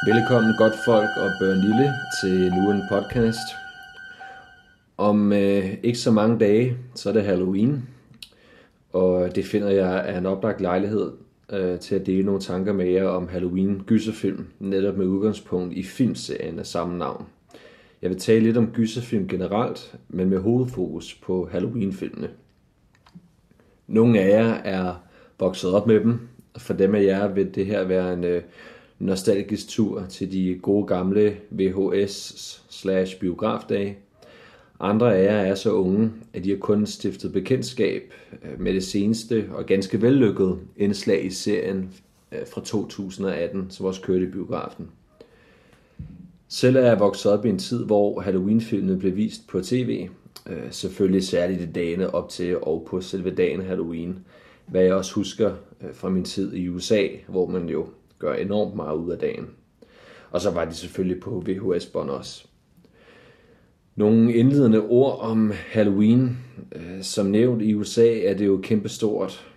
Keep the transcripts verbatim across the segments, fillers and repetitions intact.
Velkommen godt folk og børn lille til nu en podcast. Om øh, ikke så mange dage, så er det Halloween, og det finder jeg er en oplagt lejlighed øh, til at dele nogle tanker med jer om Halloween gyserfilm, netop med udgangspunkt i filmserien af samme navn. Jeg vil tale lidt om gyserfilm generelt, men med hovedfokus på Halloween-filmene. Nogle af jer er vokset op med dem, og for dem af jer vil det her være en øh, nostalgisk tur til de gode gamle V H S slash biografdage. Andre af jer er så unge, at de har kun stiftet bekendtskab med det seneste og ganske vellykkede indslag i serien fra to tusind og atten, som også kørte i biografen. Selv er jeg vokset op i en tid, hvor Halloween-filmene blev vist på tv, selvfølgelig særligt i dagene op til og på selve dagen Halloween, hvad jeg også husker fra min tid i U S A, hvor man jo gør enormt meget ud af dagen. Og så var de selvfølgelig på V H S-bånd også. Nogle indledende ord om Halloween. Som nævnt i U S A er det jo kæmpestort.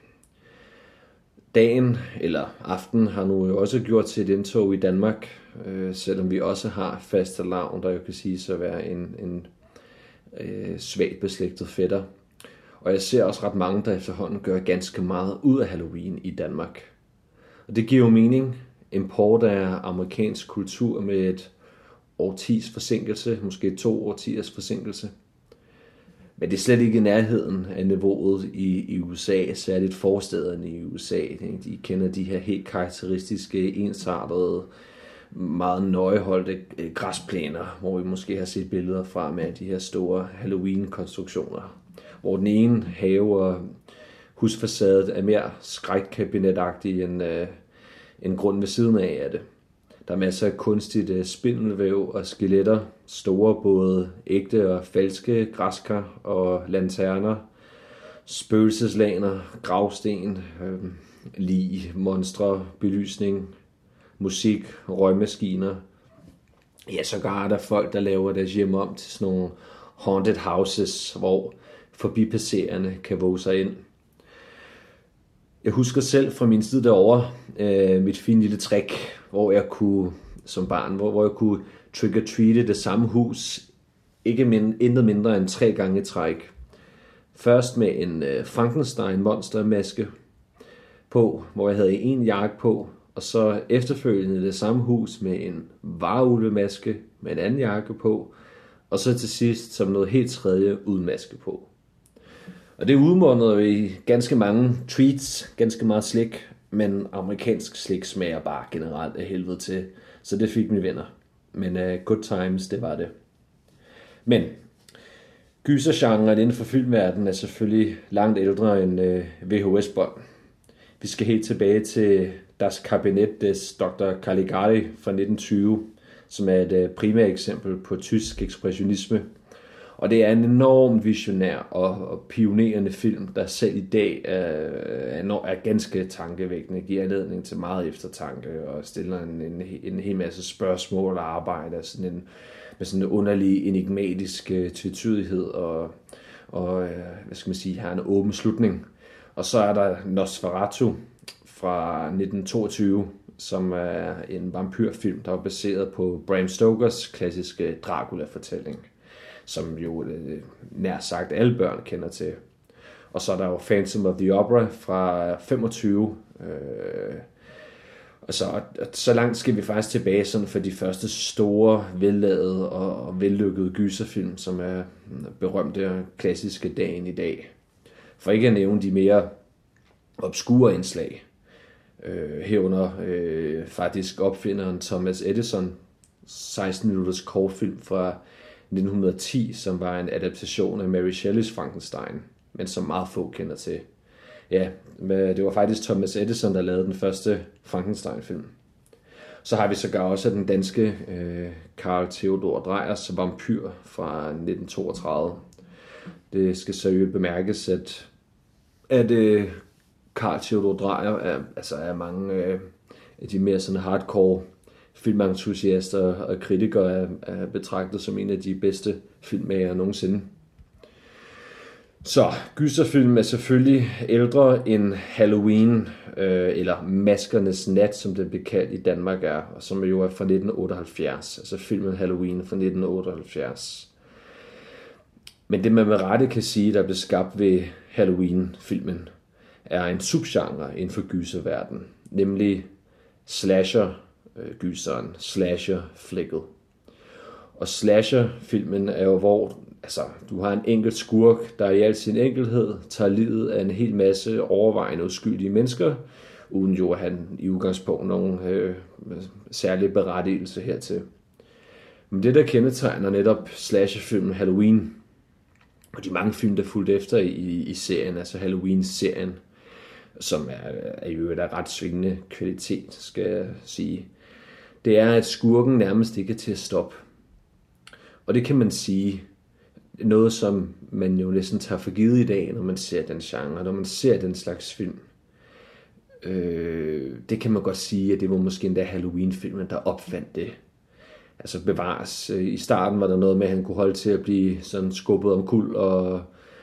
Dagen eller aften har nu jo også gjort til et indtog i Danmark, selvom vi også har fastelavn, der jo kan siges at være en, en øh, svagt beslægtet fætter. Og jeg ser også ret mange, der efterhånden gør ganske meget ud af Halloween i Danmark. Og det giver jo mening. Import af amerikansk kultur med et årtis forsinkelse, måske to årtiers forsinkelse. Men det er slet ikke i nærheden af niveauet i, i U S A, særligt forstederne i U S A. De kender de her helt karakteristiske, ensartede, meget nøjeholdte græsplæner, hvor vi måske har set billeder fra med de her store Halloween-konstruktioner, hvor den ene have og husfacadet er mere skrækkabinetagtig end, øh, end grunden ved siden af af det. Der er masser af kunstigt spindelvæv og skeletter, store både ægte og falske græskar og lanterner, spøgelseslaner, gravsten, øh, lig, monstre, belysning, musik, røgmaskiner. Ja, sågar er der folk, der laver deres hjem om til sådan nogle haunted houses, hvor forbipasserende kan våge sig ind. Jeg husker selv fra min tid derovre øh, mit fine lille trick, hvor jeg kunne, som barn, hvor, hvor jeg kunne trick-or-treate det samme hus, ikke mind, intet mindre end tre gange i træk. Først med en øh, Frankenstein-monstermaske på, hvor jeg havde en jakke på, og så efterfølgende det samme hus med en varulvemaske med en anden jakke på, og så til sidst som noget helt tredje uden maske på. Og det udmundede i ganske mange treats, ganske meget slik, men amerikansk slik smager bare generelt af helvede til, så det fik mine venner. Men uh, good times, det var det. Men gysergenren inden for filmverdenen er selvfølgelig langt ældre end uh, V H S-bånd. Vi skal helt tilbage til Das Kabinett des doktor Caligari fra nitten tyve, som er et uh, primært eksempel på tysk ekspressionisme. Og det er en enormt visionær og pionerende film, der selv i dag er, er ganske tankevækkende, giver anledning til meget eftertanke og stiller en, en, en hel masse spørgsmål og arbejder sådan en, med sådan en underlig, enigmatisk tvetydighed og, og hvad skal man sige, har en åben slutning. Og så er der Nosferatu fra nitten toogtyve, som er en vampyrfilm, der er baseret på Bram Stokers klassiske Dracula-fortælling, som jo øh, nær sagt alle børn kender til. Og så er der jo Phantom of the Opera fra femogtyve. Øh, og så, så langt skal vi faktisk tilbage sådan for de første store, vellavede og vellykkede gyserfilm, som er berømte og klassiske dagen i dag. For ikke at nævne de mere obskure indslag. Øh, herunder øh, faktisk opfinderen Thomas Edison, seksten minutters kortfilm fra nitten ti, som var en adaptation af Mary Shelleys Frankenstein, men som meget få kender til. Ja, det var faktisk Thomas Edison, der lavede den første Frankenstein-film. Så har vi sågar også den danske øh, Carl Theodor Dreyers Vampyr fra nitten toogtredive. Det skal seriøst bemærkes, at, at øh, Carl Theodor Dreyer er, altså er mange øh, af de mere sådan hardcore filmentusiaster og kritikere er, er betragtet som en af de bedste filmmager nogensinde. Så gyserfilm er selvfølgelig ældre end Halloween, øh, eller Maskernes Nat, som det blev kaldt i Danmark er, og som jo er fra nitten otteoghalvfjerds, altså filmen Halloween fra nitten otteoghalvfjerds. Men det man med rette kan sige, der blev skabt ved Halloween-filmen, er en subgenre inden for gyserverdenen, nemlig slasher-gyseren, slasher-flicket. Og slasher-filmen er jo, hvor altså, du har en enkelt skurk, der i al sin enkelhed tager livet af en hel masse overvejende uskyldige mennesker, uden jo at han i udgangspunkt nogen øh, særlig berettigelse hertil. Men det, der kendetegner netop slasherfilmen Halloween, og de mange film, der fulgte efter i, i serien, altså Halloween-serien, som er, er jo et ret svingende kvalitet, skal jeg sige, det er, at skurken nærmest ikke er til at stoppe. Og det kan man sige, noget som man jo næsten tager for givet i dag, når man ser den genre, når man ser den slags film. Øh, det kan man godt sige, at det var måske endda Halloween-filmen, der opfandt det. Altså bevares. I starten var der noget med, at han kunne holde til at blive sådan skubbet omkuld og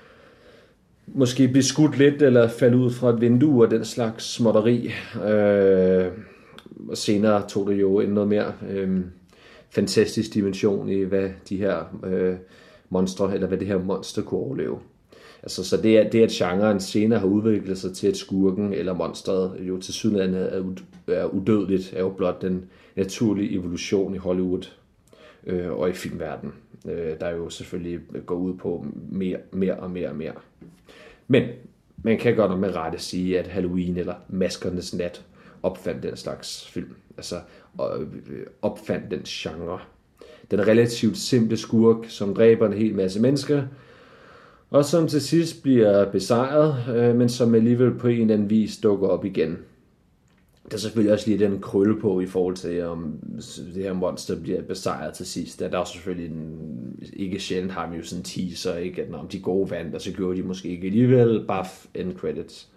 måske blive skudt lidt eller falde ud fra et vindue og den slags småtteri. Øh, og senere tog det jo en noget mere øh, fantastisk dimension i, hvad de her øh, monstre, eller hvad det her monster kunne overleve. Altså, så det er, det at genren senere har udviklet sig til, at skurken eller monstret jo til sydenlandet er, er udødeligt, er jo blot den naturlige evolution i Hollywood øh, og i filmverdenen, øh, der jo selvfølgelig går ud på mere, mere og mere og mere. Men man kan godt med rette sige, at Halloween eller Maskernes Nat opfandt den slags film. Altså opfandt den genre. Den relativt simple skurk, som dræber en hel masse mennesker, og som til sidst bliver besejret, øh, men som alligevel på en eller anden vis dukker op igen. Der er selvfølgelig også lige den krølle på i forhold til, om det her monster bliver besejret til sidst. Der er også selvfølgelig en, ikke sjældent har vi jo sådan en teaser, ikke? At om de gode vandt, og så gjorde de måske ikke alligevel, bare end credits.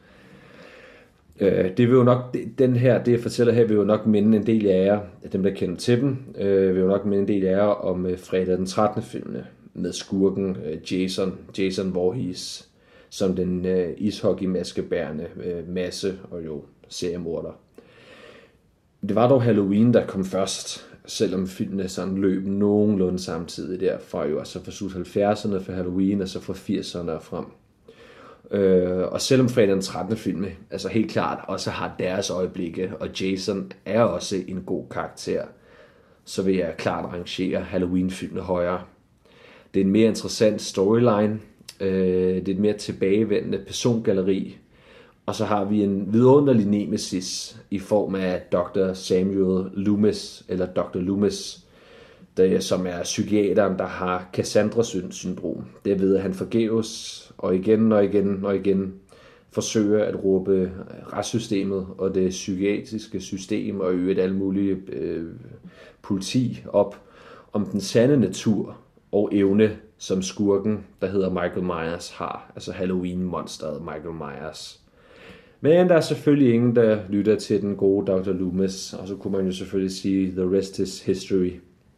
Øh, det vil jo nok, den her, det jeg fortæller her, vil jo nok minde en del af jer, dem der kender til dem, øh, vil jo nok minde en del af jer om øh, fredag den trettende filmene, med skurken øh, Jason, Jason Voorhees, som den øh, ishockey-maskebærende øh, masse og jo seriemorder. Det var dog Halloween, der kom først, selvom filmene sådan løb nogenlunde samtidig der, fra jo altså fra slut halvfjerdserne for Halloween, og så fra firserne og frem. Øh, og selvom fredag den trettende film, altså helt klart også har deres øjeblikke, og Jason er også en god karakter, så vil jeg klart rangere Halloween-filmene højere. Det er en mere interessant storyline, øh, det er et mere tilbagevendende persongalleri, og så har vi en vidunderlig nemesis i form af doktor Samuel Loomis, eller doktor Loomis, der, som er psykiateren, der har Cassandra-syndrom. Det ved at han forgæves, og igen og igen og igen forsøger at råbe retssystemet og det psykiatriske system og øvrigt alle mulige øh, politi op om den sande natur og evne, som skurken, der hedder Michael Myers, har. Altså Halloween-monsteret Michael Myers. Men der er selvfølgelig ingen, der lytter til den gode doktor Loomis, og så kunne man jo selvfølgelig sige, the rest is history.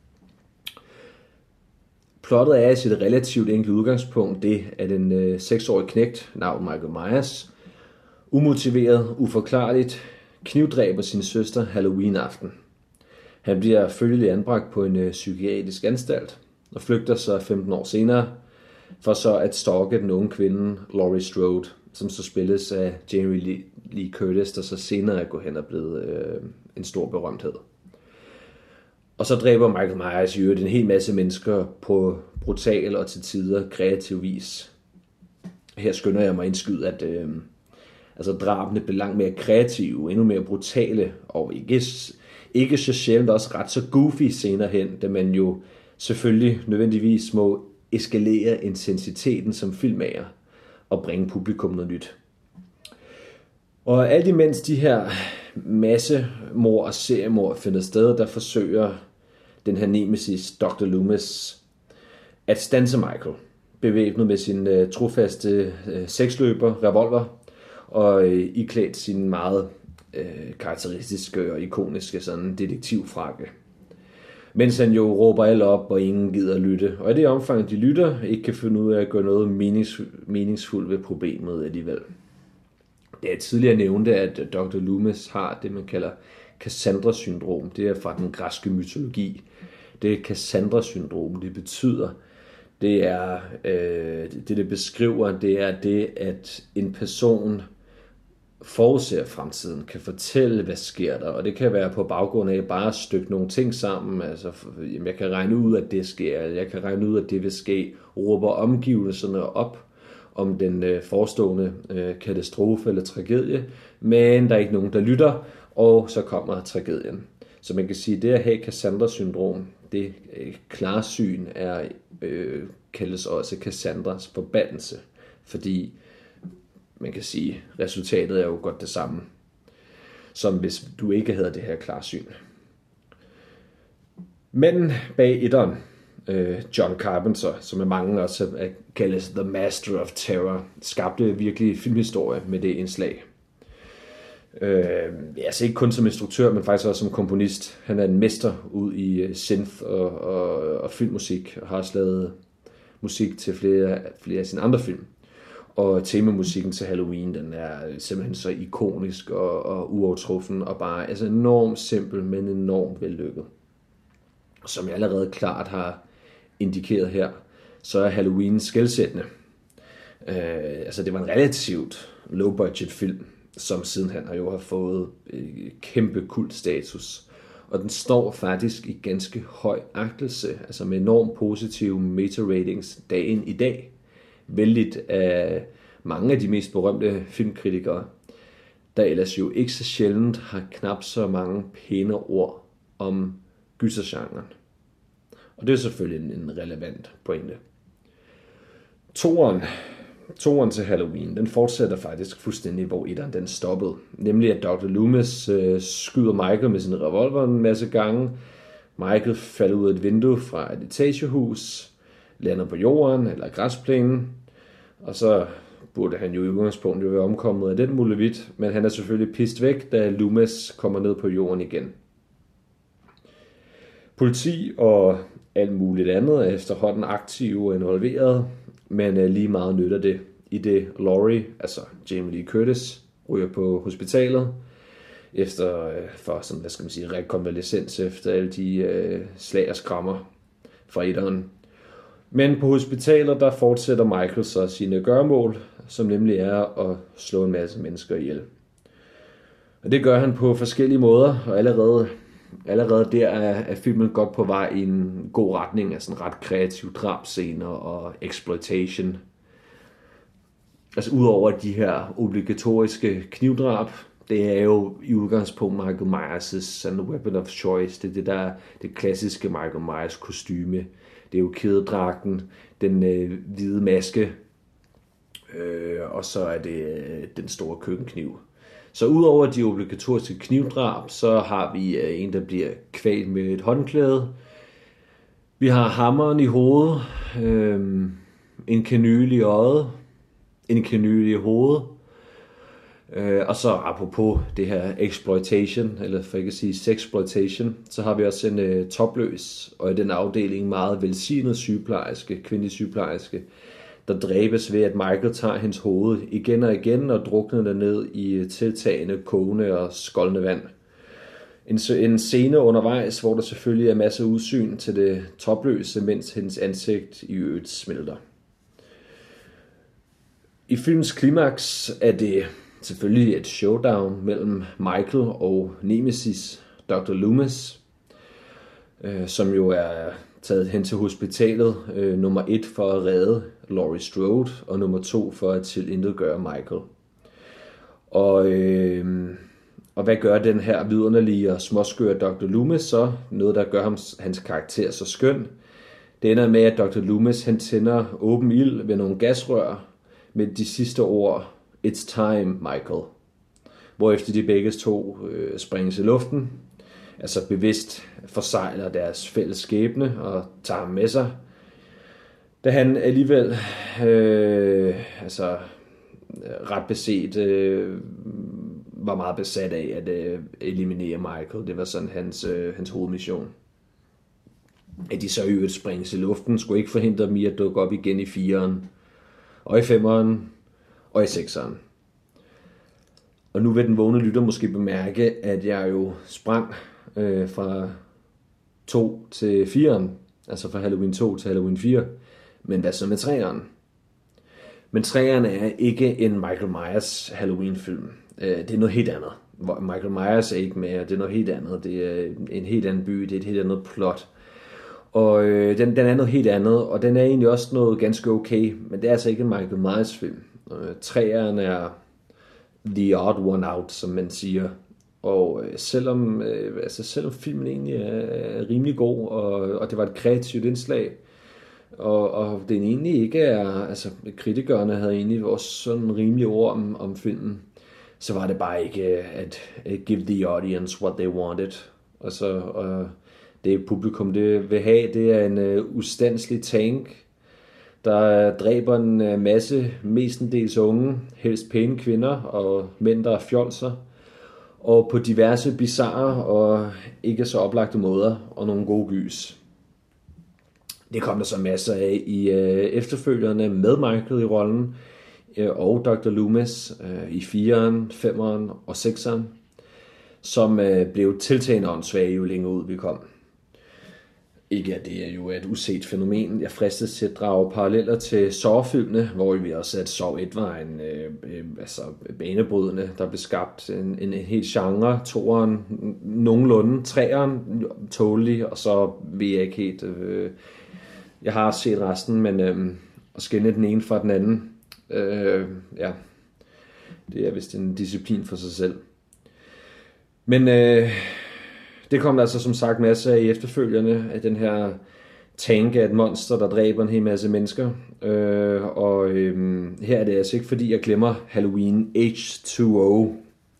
Plottet er i sit relativt enkelt udgangspunkt det, at en øh, seksårig knægt, navn Michael Myers, umotiveret, uforklarligt, knivdræber sin søster Halloween-aften. Han bliver følgelig anbragt på en øh, psykiatrisk anstalt og flygter så femten år senere, for så at stalke den unge kvinde Laurie Strode, som så spilles af Jamie Lee Curtis, der så senere er gået hen og blevet øh, en stor berømthed. Og så dræber Michael Myers i øvrigt en hel masse mennesker på brutal og til tider kreativ vis. Her skynder jeg mig indskyde, at øh, altså drabene blev langt mere kreative, endnu mere brutale, og ikke, ikke så sjældent også ret så goofy senere hen, da man jo selvfølgelig nødvendigvis må eskalere intensiteten som filmmager og bringe publikum noget nyt. Og alt imens de her massemord og seriemord finder sted, der forsøger den her nemesis, doktor Loomis, at standse Michael, bevæbnet med sin uh, trofaste uh, seksløber, revolver, og uh, iklædt sin meget uh, karakteristiske og ikoniske sådan detektivfrakke. Mens han jo råber alle op, og ingen gider at lytte. Og i det omfang, de lytter, ikke kan finde ud af at gøre noget menings, meningsfuldt ved problemet alligevel. Det er tidligere nævnte, at doktor Loomis har det, man kalder Cassandra-syndrom. Det er fra den græske mytologi. Det er Cassandra-syndrom. Det betyder, det er øh, det, det beskriver, det er det, at en person forudser fremtiden, kan fortælle, hvad sker der, og det kan være på baggrund af bare at stykke nogle ting sammen, altså, jamen, jeg kan regne ud, at det sker, jeg kan regne ud, at det vil ske, råber omgivelserne op om den øh, forestående øh, katastrofe eller tragedie, men der er ikke nogen, der lytter, og så kommer tragedien. Så man kan sige, at det at have Cassandra-syndrom, det øh, klarsyn er, øh, kaldes også Cassandras forbandelse, fordi man kan sige, at resultatet er jo godt det samme, som hvis du ikke havde det her klarsyn. Men bag etteren, John Carpenter, som er mange også kaldes The Master of Terror, skabte virkelig filmhistorie med det indslag. Øh, altså ikke kun som instruktør, men faktisk også som komponist. Han er en mester ud i synth og, og, og filmmusik, og har også lavet musik til flere, flere af sine andre film. Og temamusikken til Halloween, den er simpelthen så ikonisk og, og uovertruffen, og bare altså enormt simpel, men enormt vellykket. Som jeg allerede klart har indikeret her, så er Halloween skelsættende. Øh, altså det var en relativt low-budget film, som sidenhen har jo har fået øh, kæmpe kultstatus. Og den står faktisk i ganske høj agtelse, altså med enormt positive meta-ratings dagen i dag. Vældigt af mange af de mest berømte filmkritikere, der ellers jo ikke så sjældent har knap så mange pæne ord om gysergenren. Og det er selvfølgelig en relevant pointe. Toren, toren til Halloween, den fortsætter faktisk fuldstændig, hvor etteren den stoppede. Nemlig at doktor Loomis øh, skyder Michael med sin revolver en masse gange. Michael falder ud af et vindue fra et etagehus, lander på jorden eller græsplænen, og så burde han jo i udgangspunktet jo være omkommet af den muligvis, men han er selvfølgelig pist væk, da Loomis kommer ned på jorden igen. Politi og alt muligt andet er efterhånden aktive og involveret, men lige meget nytter det, i det Laurie, altså Jamie Lee Curtis, ryger på hospitalet, efter for sådan, hvad skal man sige, rekonvalescens efter alle de øh, slag og skrammer fra etteren. Men på hospitalet, der fortsætter Michael så sine gøremål, som nemlig er at slå en masse mennesker ihjel. Og det gør han på forskellige måder, og allerede, allerede der er, er filmen godt på vej i en god retning af sådan ret kreative drabscener og exploitation. Altså udover de her obligatoriske knivdrab, det er jo i udgangspunkt Michael Myers' weapon of choice. Det er det der det klassiske Michael Myers kostyme. Det er jo kædedragten, den øh, hvide maske, øh, og så er det øh, den store køkkenkniv. Så udover de obligatoriske knivdrab, så har vi øh, en, der bliver kvalt med et håndklæde. Vi har hammeren i hovedet, øh, en kanyle i øjet, en kanyle i hovedet, øh, og så apropos det her exploitation, eller for ikke at sige sexploitation, så har vi også en øh, topløs, og i den afdeling meget velsignet sygeplejerske, kvindelig sygeplejerske, der dræbes ved, at Michael tager hendes hoved igen og igen og drukner det ned i tiltagende, kogende og skoldende vand. En, en scene undervejs, hvor der selvfølgelig er masser af udsyn til det topløse, mens hendes ansigt i øvrigt smelter. I filmens klimaks er det selvfølgelig et showdown mellem Michael og Nemesis, doktor Loomis, øh, som jo er taget hen til hospitalet, øh, nummer et for at redde Laurie Strode, og nummer to for at tilintetgøre Michael. Og, øh, og hvad gør den her vidunderlige og småskøre doktor Loomis så? Noget, der gør ham, hans karakter så skøn. Det ender med, at doktor Loomis han tænder åben ild ved nogle gasrør med de sidste ord, "It's time, Michael." Hvorefter de begge to øh, springes i luften, altså bevidst forsejler deres fælles skæbne og tager ham med sig. Da han alligevel øh, altså, ret beset øh, var meget besat af at øh, eliminere Michael. Det var sådan hans, øh, hans hovedmission. At de så i øvrigt sprænges i luften, skulle ikke forhindre dem i at dukke op igen i fireren, og i femeren, og i sekseren. Og nu vil den vågne lytter måske bemærke, at jeg jo sprang øh, fra to til fireren, altså fra Halloween to til Halloween fire. Men hvad så med treeren? Men treeren er ikke en Michael Myers Halloween-film. Det er noget helt andet. Michael Myers er ikke med, det er noget helt andet. Det er en helt anden by, det er et helt andet plot. Og øh, den, den er noget helt andet, og den er egentlig også noget ganske okay, men det er altså ikke en Michael Myers film. Øh, treeren er the odd one out, som man siger. Og øh, selvom, øh, altså, selvom filmen egentlig er, er rimelig god, og, og det var et kreativt indslag, og, og den egentlig ikke er, altså kritikerne havde egentlig også sådan rimelig ord om, om filmen, så var det bare ikke at, at give the audience what they wanted. Altså, og det publikum det vil have, det er en uh, ustandselig tank, der dræber en masse, mestendels unge, helst pæne kvinder og mænd, der er fjolser, og på diverse bizarre og ikke så oplagte måder, og nogle gode gys. Det kom der så masser af i øh, efterfølgerne med Michael i rollen, øh, og doktor Loomis øh, i fireren, femeren og sekseren, som øh, blev tiltagende åndssvage jo længere ud vi kom. Ikke at det er jo et uset fænomen. Jeg fristes til at drage paralleller til Saw-filmene, hvor vi også at Saw et var en øh, øh, altså banebrydende, der blev skabt en, en, en helt genre. Toeren nogenlunde, treeren tålelig, og så ved jeg ikke helt... Øh, jeg har set resten, men øh, at skille den ene fra den anden, øh, ja, det er vist en disciplin for sig selv. Men... Øh, Det kom der altså som sagt masser af i efterfølgerne af den her tank af et monster, der dræber en hel masse mennesker. Øh, og øh, her er det altså ikke fordi jeg glemmer Halloween H to O,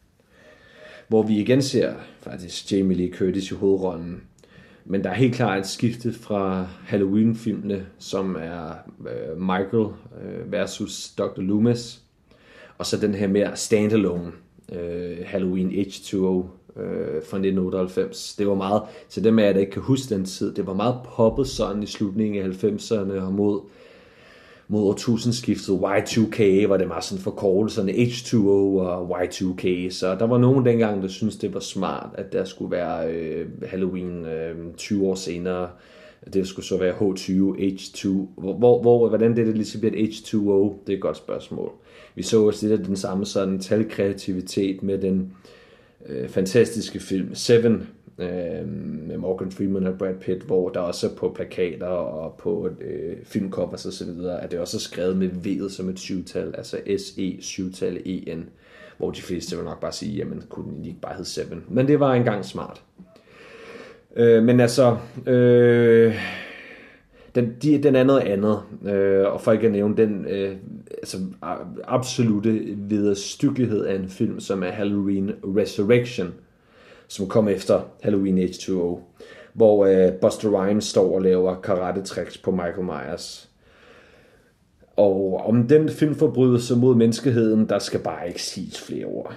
hvor vi igen ser faktisk Jamie Lee Curtis i hovedrollen. Men der er helt klart et skifte fra Halloween-filmene, som er øh, Michael øh, versus doktor Loomis, og så den her mere standalone øh, Halloween H to O øh, fra nitten otteoghalvfems. Det var meget, til dem af jer, der ikke kan huske den tid, det var meget poppet sådan i slutningen af halvfemserne og mod, mod årtusindskiftet. Y to K var det meget sådan forkortelserne, H to O og Y to K, så der var nogen dengang, der syntes, det var smart, at der skulle være øh, Halloween øh, tyve år senere. Det skulle så være H tyve, H to. Hvor, hvor, hvor, hvordan det, det ligesom bliver et H to O, det er et godt spørgsmål. Vi så også lidt af den samme sådan talkreativitet med den øh, fantastiske film Seven, øh, med Morgan Freeman og Brad Pitt, hvor der også er på plakater og på øh, filmcovers og så videre, at det også er skrevet med V'et som et syvtal, altså S E syvtal E N, hvor de fleste vil nok bare sige, jamen kunne den ikke bare hedde Seven. Men det var engang smart. Øh, men altså, øh, den, de, den er noget andet, øh, og for ikke at nævne den øh, altså, absolute vederstyggelighed af en film, som er Halloween Resurrection, som kom efter Halloween H to O, hvor øh, Buster Rhymes står og laver karate-tricks på Michael Myers. Og om den filmforbrydelse mod menneskeheden, der skal bare ikke siges flere ord.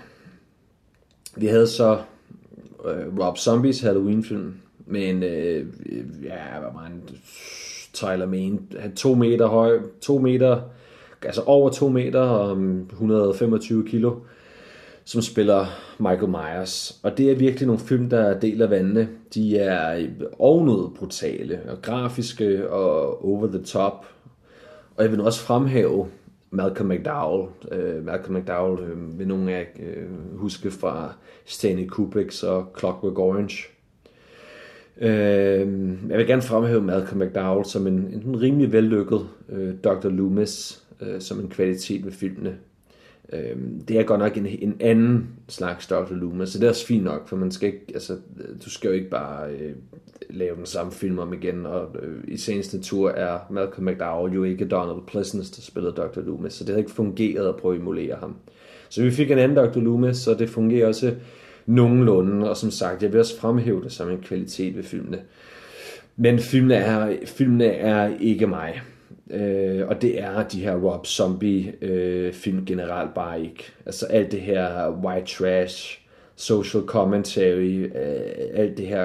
Vi havde så øh, Rob Zombies Halloween-film med en, øh, ja, hvad var en Tyler Mane, han to meter høj, to meter, altså over to meter og et hundrede og femogtyve kilo, som spiller Michael Myers. Og det er virkelig nogle film, der deler vandene. De er ovenud brutale og grafiske og over the top. Og jeg vil også fremhæve Malcolm McDowell. Uh, Malcolm McDowell uh, vil nogle af uh, huske fra Stanley Kubricks og Clockwork Orange. Uh, jeg vil gerne fremhæve Malcolm McDowell som en, en rimelig vellykket uh, doktor Loomis, uh, som en kvalitet ved filmene. Uh, det er godt nok en, en anden slags doktor Loomis, så det er også fint nok, for man skal ikke, altså, du skal jo ikke bare uh, lave den samme film om igen, og uh, i seneste natur er Malcolm McDowell jo ikke Donald Pleasence, der spillede doktor Loomis, så det havde ikke fungeret at prøve at emulere ham. Så vi fik en anden doktor Loomis, så det fungerer også nogenlunde, og som sagt, jeg vil også fremhæve det som en kvalitet ved filmene. Men filmene er, filmene er ikke mig. Øh, og det er de her Rob Zombie øh, film generelt bare ikke. Altså alt det her white trash, social commentary, øh, alt det her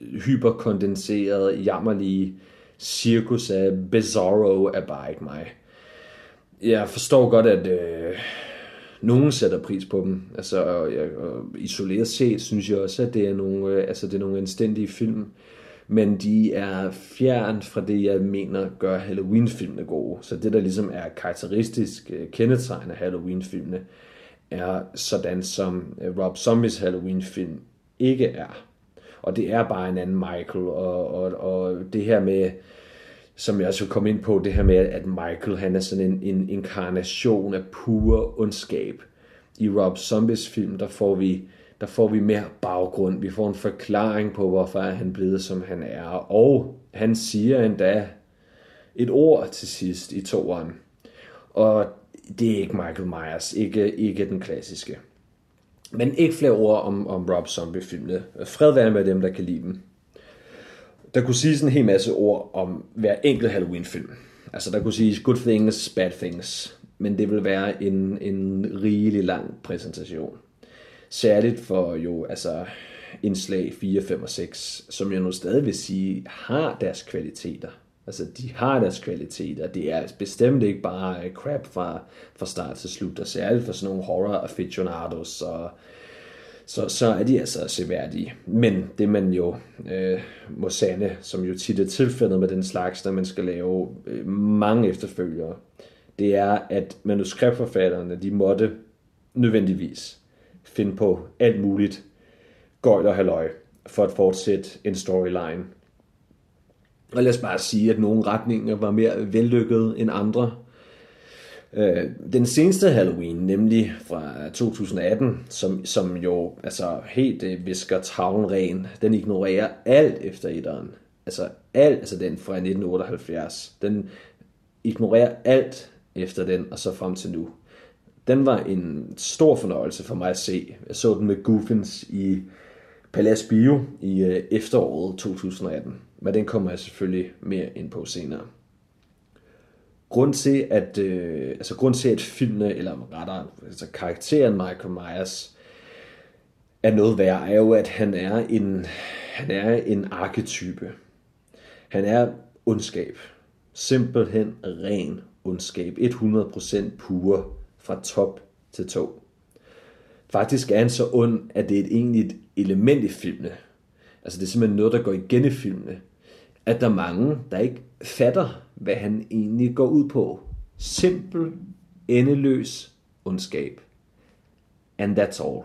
hyperkondenserede, jammerlige cirkus af Bizarro er bare ikke mig. Jeg forstår godt, at øh, nogen sætter pris på dem. Altså, og, og isoleret set synes jeg også, at det er nogle, øh, altså, det er nogle anstændige film. Men de er fjern fra det, jeg mener gør Halloween-filmene gode. Så det, der ligesom er karakteristisk øh, kendetegn af Halloween-filmene, er sådan, som øh, Rob Zombies Halloween-film ikke er. Og det er bare en anden Michael, og, og, og det her med, som jeg også vil komme ind på, det her med, at Michael, han er sådan en, en inkarnation af pure ondskab. I Rob Zombies film, der får vi, der får vi mere baggrund, vi får en forklaring på, hvorfor han er blevet, som han er, og han siger endda et ord til sidst i toeren, og det er ikke Michael Myers, ikke, ikke den klassiske. Men ikke flere ord om, om Rob Zombie-filmene. Fred være med dem, der kan lide dem. Der kunne siges en hel masse ord om hver enkelt Halloween-film. Altså der kunne siges good things, bad things. Men det vil være en, en rigelig lang præsentation. Særligt for jo altså indslag fire, fem og seks, som jeg nu stadig vil sige, har deres kvaliteter. Altså de har deres kvaliteter. Det er bestemt ikke bare crap fra, fra start til slut. Og særligt for sådan nogle horror aficionados, og så, så er de altså seværdige. Men det man jo øh, må sande, som jo tit er tilfældet med den slags, når man skal lave øh, mange efterfølgere, det er, at manuskriptforfatterne, de måtte nødvendigvis finde på alt muligt gøjl og halløj for at fortsætte en storyline. Og lad os bare sige, at nogle retninger var mere vellykkede end andre. Den seneste Halloween, nemlig fra to tusind atten, som, som jo altså helt visker tavlen ren, den ignorerer alt efter etteren. Altså alt, altså den fra nitten otteoghalvfjerds, den ignorerer alt efter den, og så frem til nu. Den var en stor fornøjelse for mig at se. Jeg så den med Goofens i Palace Bio i efteråret to tusind atten. Men den kommer jeg selvfølgelig mere ind på senere. Grund til, at, øh, altså grund til, at filmene, eller rettere, altså karakteren Michael Myers, er noget værd, er jo, at han er en, han er en arketype. Han er ondskab. Simpelthen ren ondskab. hundrede procent pure fra top til tå. Faktisk er han så ond, at det er et egentligt element i filmene. Altså det er simpelthen noget, der går igen i filmene. At der er mange, der ikke fatter, hvad han egentlig går ud på. Simpel, endeløs ondskab. And that's all.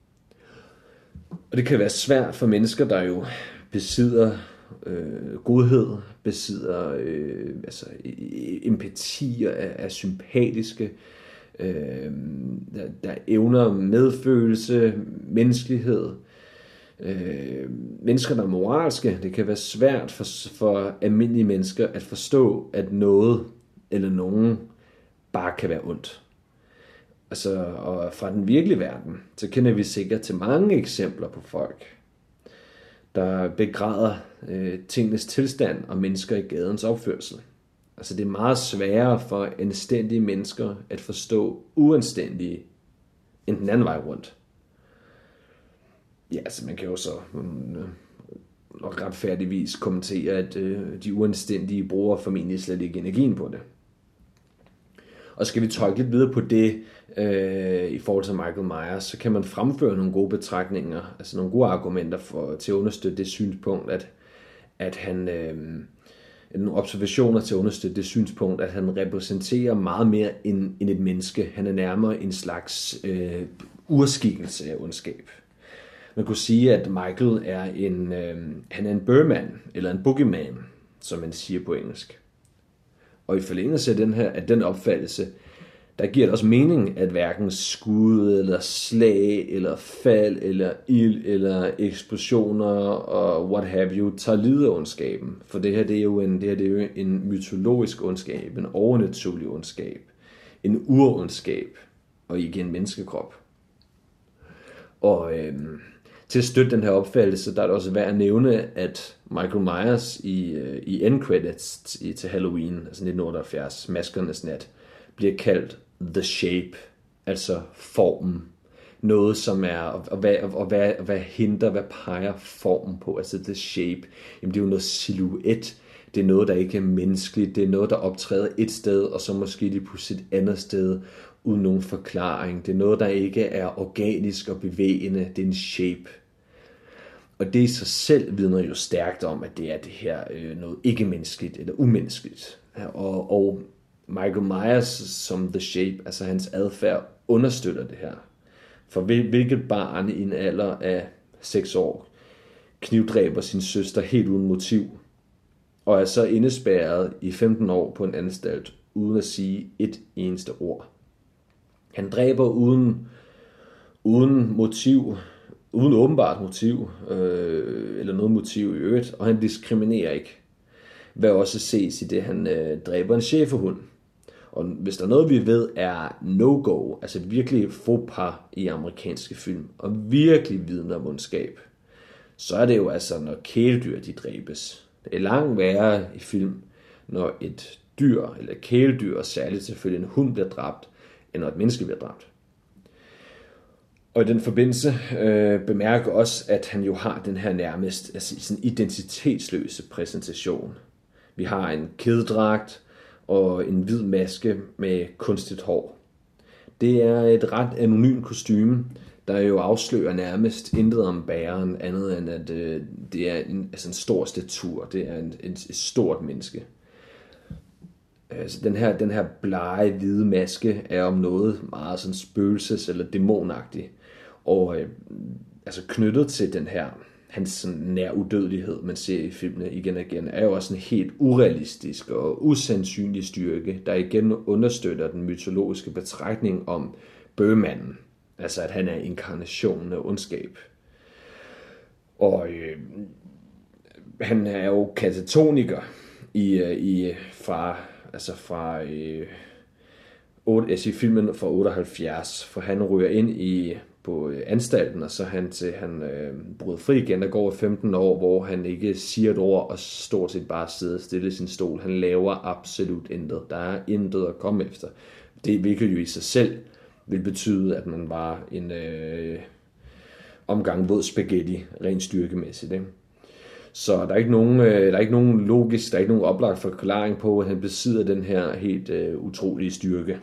Og det kan være svært for mennesker, der jo besidder øh, godhed, besidder øh, altså, empati og er, er sympatiske, øh, der, der evner medfølelse, menneskelighed, øh, mennesker, der er moralske. Det kan være svært for, for almindelige mennesker at forstå, at noget eller nogen bare kan være ondt. Altså, og fra den virkelige verden, så kender vi sikkert til mange eksempler på folk, der begræder øh, tingenes tilstand og mennesker i gadens opførsel. Altså, det er meget sværere for anstændige mennesker at forstå uanstændige end den anden vej rundt. Ja, altså man kan jo så øh, retfærdigvis kommentere, at øh, de uanstændige bruger formentlig slet ikke energien på det. Og skal vi tolke lidt videre på det øh, i forhold til Michael Myers, så kan man fremføre nogle gode betragtninger, altså nogle gode argumenter for, til at understøtte det synspunkt, at, at han, øh, nogle observationer til at understøtte det synspunkt, at han repræsenterer meget mere end, end et menneske. Han er nærmere en slags øh, urskikkelse af ondskab. Man kunne sige, at Michael er en, øh, han er en Burman, eller en boogeyman, som man siger på engelsk. Og i forlængelse af den her, af den opfattelse, der giver det også mening, at hverken skud, eller slag, eller fald, eller ild, eller eksplosioner, og what have you, tager lid af ondskaben. For det her, det er jo en, det her, det er jo en mytologisk ondskab, en overnaturlig ondskab, en urondskab, og ikke en menneskekrop. Og øhm, til at støtte den her opfattelse, der er det også værd at nævne, at Michael Myers i, øh, i end credits i, til Halloween, altså nitten otteoghalvfjerds, Maskernes Nat, bliver kaldt The Shape, altså formen. noget, som er, og, og, hvad, og, hvad, og hvad hindrer, hvad peger formen på, altså the shape, jamen det er jo noget silhuet, det er noget, der ikke er menneskeligt, det er noget, der optræder et sted, og så måske lige pludselig et andet sted, uden nogen forklaring, det er noget, der ikke er organisk og bevægende, det er en shape. Og det i sig selv vidner jo stærkt om, at det er det her øh, noget ikke-menneskeligt eller umenneskeligt. Og, og Michael Myers som The Shape, altså hans adfærd, understøtter det her. For hvilket barn i en alder af seks år knivdræber sin søster helt uden motiv, og er så indespærret i femten år på en anstalt, uden at sige et eneste ord. Han dræber uden, uden motiv, uden åbenbart motiv, øh, eller noget motiv i øvrigt, og han diskriminerer ikke. Hvad også ses i det, han øh, dræber en schæferhund. Og hvis der er noget, vi ved, er no-go, altså virkelig faux pas i amerikanske film, og virkelig vidner om ondskab, så er det jo altså, når kæledyr de dræbes. Det er langt værre i film, når et dyr, eller et kæledyr, og særligt selvfølgelig en hund bliver dræbt, end når et menneske bliver dræbt. Og i den forbindelse øh, bemærker også, at han jo har den her nærmest altså sådan identitetsløse præsentation. Vi har en kædedragt og en hvid maske med kunstigt hår. Det er et ret anonymt kostume, der jo afslører nærmest intet om bæreren, andet end at øh, det er en, altså en stor statur, det er en, en, et stort menneske. Altså den her, den her blege hvide maske er om noget meget sådan spøgelses- eller dæmonagtig, og øh, altså knyttet til den her hans sådan nær udødelighed, man ser i filmene igen og igen, er jo også en helt urealistisk og usandsynlig styrke, der igen understøtter den mytologiske betragtning om bøgemanden. Altså at han er inkarnationen af ondskab. Og øh, han er jo katatoniker i, i, fra, altså fra øh, otte, altså i filmen fra otteoghalvfjerds, for han ryger ind i på anstalten, og så han til han øh, bryder fri igen, der går femten år, hvor han ikke siger et ord, og stort set bare sidder stille i sin stol. Han laver absolut intet. Der er intet at komme efter. Det hvilket jo i sig selv vil betyde, at man var en øh, omgang våd spaghetti, rent styrkemæssigt. Ikke? Så der er ikke nogen, øh, der er ikke nogen logisk, der er ikke nogen oplagt forklaring på, at han besidder den her helt øh, utrolige styrke.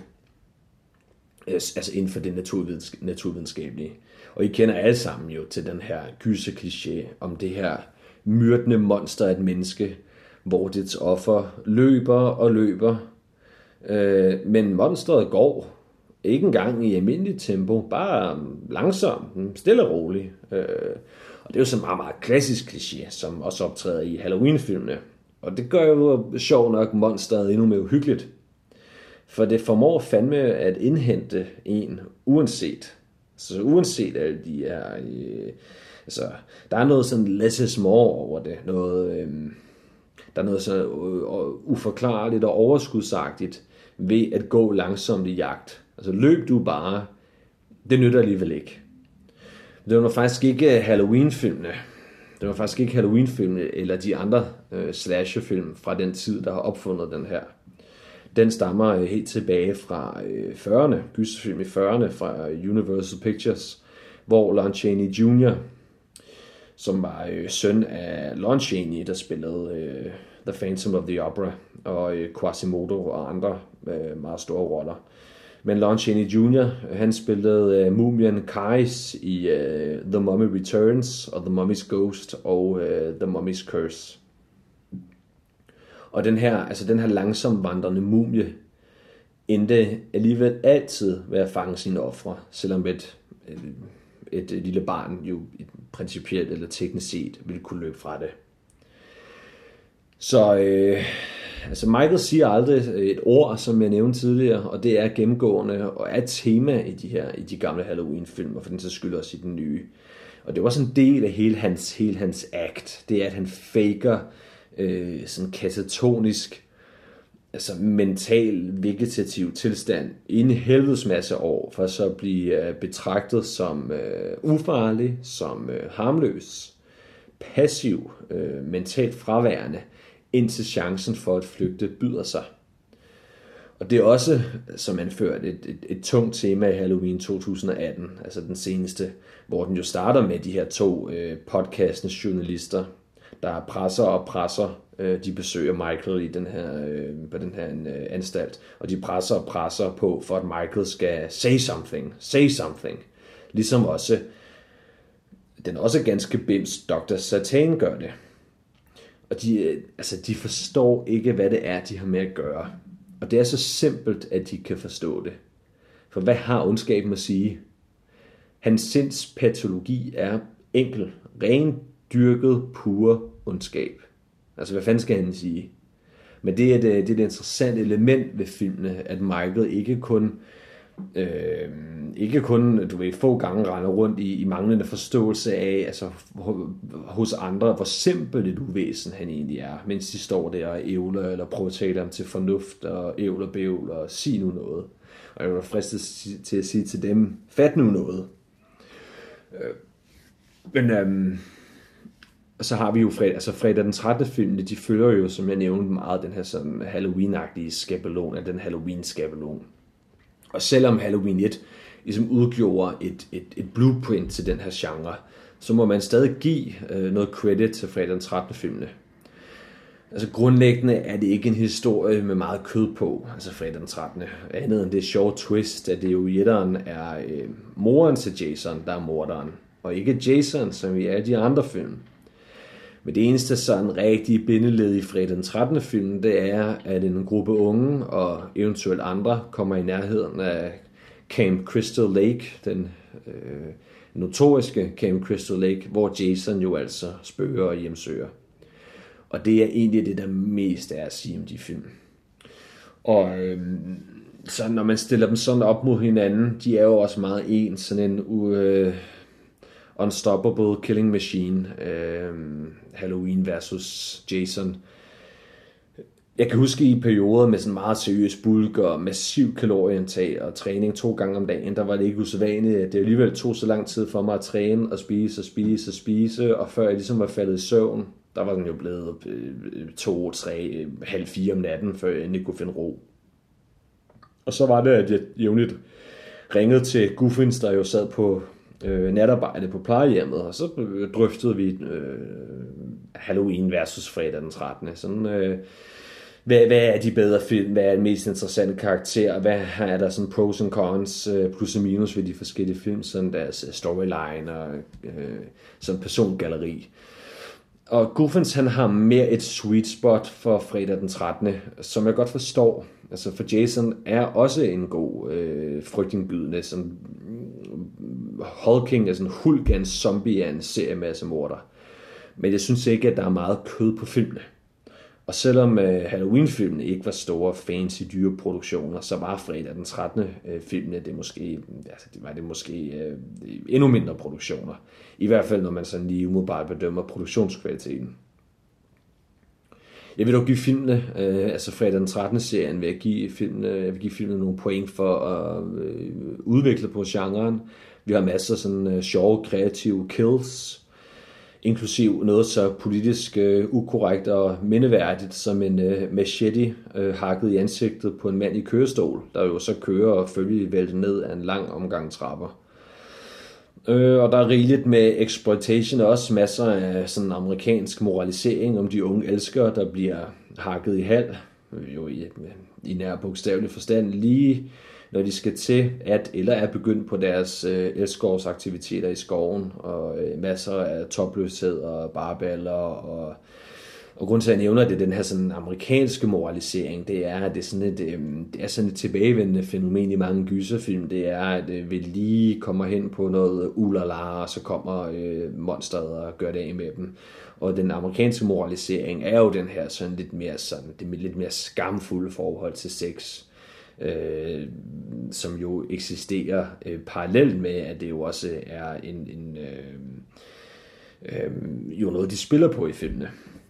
Altså inden for det naturvidenskabelige. Og I kender alle sammen jo til den her gyserkliché om det her myrdende monster af et menneske, hvor dets offer løber og løber. Øh, men monsteret går ikke engang i almindeligt tempo, bare langsomt, stille og roligt. Øh, og det er jo så meget, meget klassisk kliché, som også optræder i Halloween-filmene. Og det gør jo sjovt nok monsteret endnu mere uhyggeligt. For det formår fandme at indhente en uanset. Så uanset alle de er... Øh, altså, der er noget sådan less is more over det. Noget, øh, der er noget sådan øh, uforklarligt og overskudsagtigt ved at gå langsomt i jagt. Altså løb du bare, det nytter alligevel ikke. Det var faktisk ikke Halloween-filmene. Det var faktisk ikke Halloween-filmene eller de andre øh, slasher-film fra den tid, der har opfundet den her. Den stammer helt tilbage fra fyrrerne, gyserfilm i fyrrerne fra Universal Pictures, hvor Lon Chaney junior, som var søn af Lon Chaney, der spillede The Phantom of the Opera, og Quasimodo og andre meget store roller. Men Lon Chaney junior, han spillede mumien Kais i The Mummy Returns, og The Mummy's Ghost og The Mummy's Curse. Og den her, altså den her langsomt vandrende mumie endte alligevel altid ved at fange sine ofre, selvom et, et, et, et lille barn jo principielt eller teknisk set ville kunne løbe fra det. Så øh, altså Michael siger aldrig et ord, som jeg nævnte tidligere, og det er gennemgående og er et tema i de her i de gamle Halloween-film, og for den så skylder også i den nye. Og det er også en del af hele hans, hele hans act, det er, at han faker Øh, sådan katatonisk, altså mental vegetativ tilstand i en helvedes masse år, for så at blive øh, betragtet som øh, ufarlig, som øh, harmløs, passiv, øh, mentalt fraværende, indtil chancen for at flygte byder sig. Og det er også, som anført, et, et, et tungt tema i Halloween to tusind atten, altså den seneste, hvor den jo starter med de her to øh, podcastens journalister, der presser og presser. Øh, de besøger Michael i den her, øh, på den her øh, anstalt, og de presser og presser på, for at Michael skal say something, say something. Ligesom også, den også ganske bims doktor Satan gør det. Og de, øh, altså, de forstår ikke, hvad det er, de har med at gøre. Og det er så simpelt, at de kan forstå det. For hvad har ondskaben at sige? Hans sindspatologi er enkel, ren, dyrket, pure ondskab. Altså, hvad fanden skal han sige? Men det er det, det, er det interessante element ved filmene, at Michael ikke kun, øh, ikke kun du ved, få gange render rundt i, i manglende forståelse af, altså hos andre, hvor simpelt et uvæsen han egentlig er, mens de står der og ævler, eller prøver at tale ham til fornuft, og ævler, bævler, og sig nu noget. Og jeg var fristet til at sige til dem, fat nu noget. Øh, men... Øh, Og så har vi jo fredag, altså fredag den trettende filmene, de følger jo, som jeg nævnte, meget den her sådan Halloween-agtige skabelon, af den Halloween-skabelon. Og selvom Halloween et ligesom udgjorde et, et, et blueprint til den her genre, så må man stadig give øh, noget credit til fredag den trettende filmene. Altså grundlæggende er det ikke en historie med meget kød på, altså fredag den trettende. Andet end det sjove twist, at det jo i etteren er øh, moren til Jason, der er morderen, og ikke Jason, som i alle de andre film. Men det eneste sådan rigtige bindeled i fredag den trettende film, det er, at en gruppe unge og eventuelt andre kommer i nærheden af Camp Crystal Lake, den øh, notoriske Camp Crystal Lake, hvor Jason jo altså spøger og hjemsøger. Og det er egentlig det, der mest er at sige om de film. Og øh, så når man stiller dem sådan op mod hinanden, de er jo også meget ens, sådan en... Øh, Unstoppable Killing Machine, øh, Halloween versus Jason. Jeg kan huske i perioder med sådan meget seriøs bulk og massiv kalorieindtag og træning to gange om dagen, der var det ikke usædvanligt. Det alligevel tog så lang tid for mig at træne og spise og spise og spise, og før jeg ligesom var faldet i søvn, der var den jo blevet to, tre, halv fire om natten, før jeg endelig kunne finde ro. Og så var det, at jeg jævnligt ringede til Guffins, der jo sad på Øh, natarbejde på plejehjemmet, og så drøftede vi øh, Halloween versus fredag den trettende. Sådan, øh, hvad, hvad er de bedre film? Hvad er den mest interessante karakter? Hvad er der sådan pros and cons, øh, plus og minus ved de forskellige film, sådan deres storyline og øh, sådan persongalleri. Og Guffins, han har mere et sweet spot for fredag den trettende, som jeg godt forstår. Altså for Jason er også en god øh, frygtindgydende, sådan hulking, altså en hulkans zombie af en seriemasse morder. Men jeg synes ikke, at der er meget kød på filmene. Og selvom øh, Halloween-filmene ikke var store fancy dyre produktioner, så var fredag den trettende øh, filmene, det, måske, altså, det var det måske øh, endnu mindre produktioner. I hvert fald, når man sådan lige umiddelbart bedømmer produktionskvaliteten. Jeg vil dog give filmene, øh, altså fredag den trettende serien, vil jeg give filmene, jeg vil give filmene nogle point for at øh, udvikle på genren. Vi har masser af sådan øh, sjove, kreative kills, inklusiv noget så politisk øh, ukorrekt og mindeværdigt som en øh, machete øh, hakket i ansigtet på en mand i kørestol, der jo så kører og følger vælter ned af en lang omgang trapper. Øh, og der er rigeligt med exploitation og også masser af sådan amerikansk moralisering om de unge elskere, der bliver hakket i halv, jo i, i nær bogstavelig forstand, lige når de skal til at, eller er begyndt på deres øh, elskovsaktiviteter i skoven, og øh, masser af topløshed og barballer, og, og grunden til, at jeg nævner det, den her sådan amerikanske moralisering, det er, at det er sådan et, øh, det er sådan et tilbagevendende fænomen i mange gyserfilm, det er, at øh, vi lige kommer hen på noget ulala, og så kommer øh, monsteret og gør det af med dem. Og den amerikanske moralisering er jo den her sådan lidt mere, sådan, det lidt mere skamfulde forhold til sex, Øh, som jo eksisterer øh, parallelt med, at det jo også er en, en øh, øh, jo noget, de spiller på i filmene.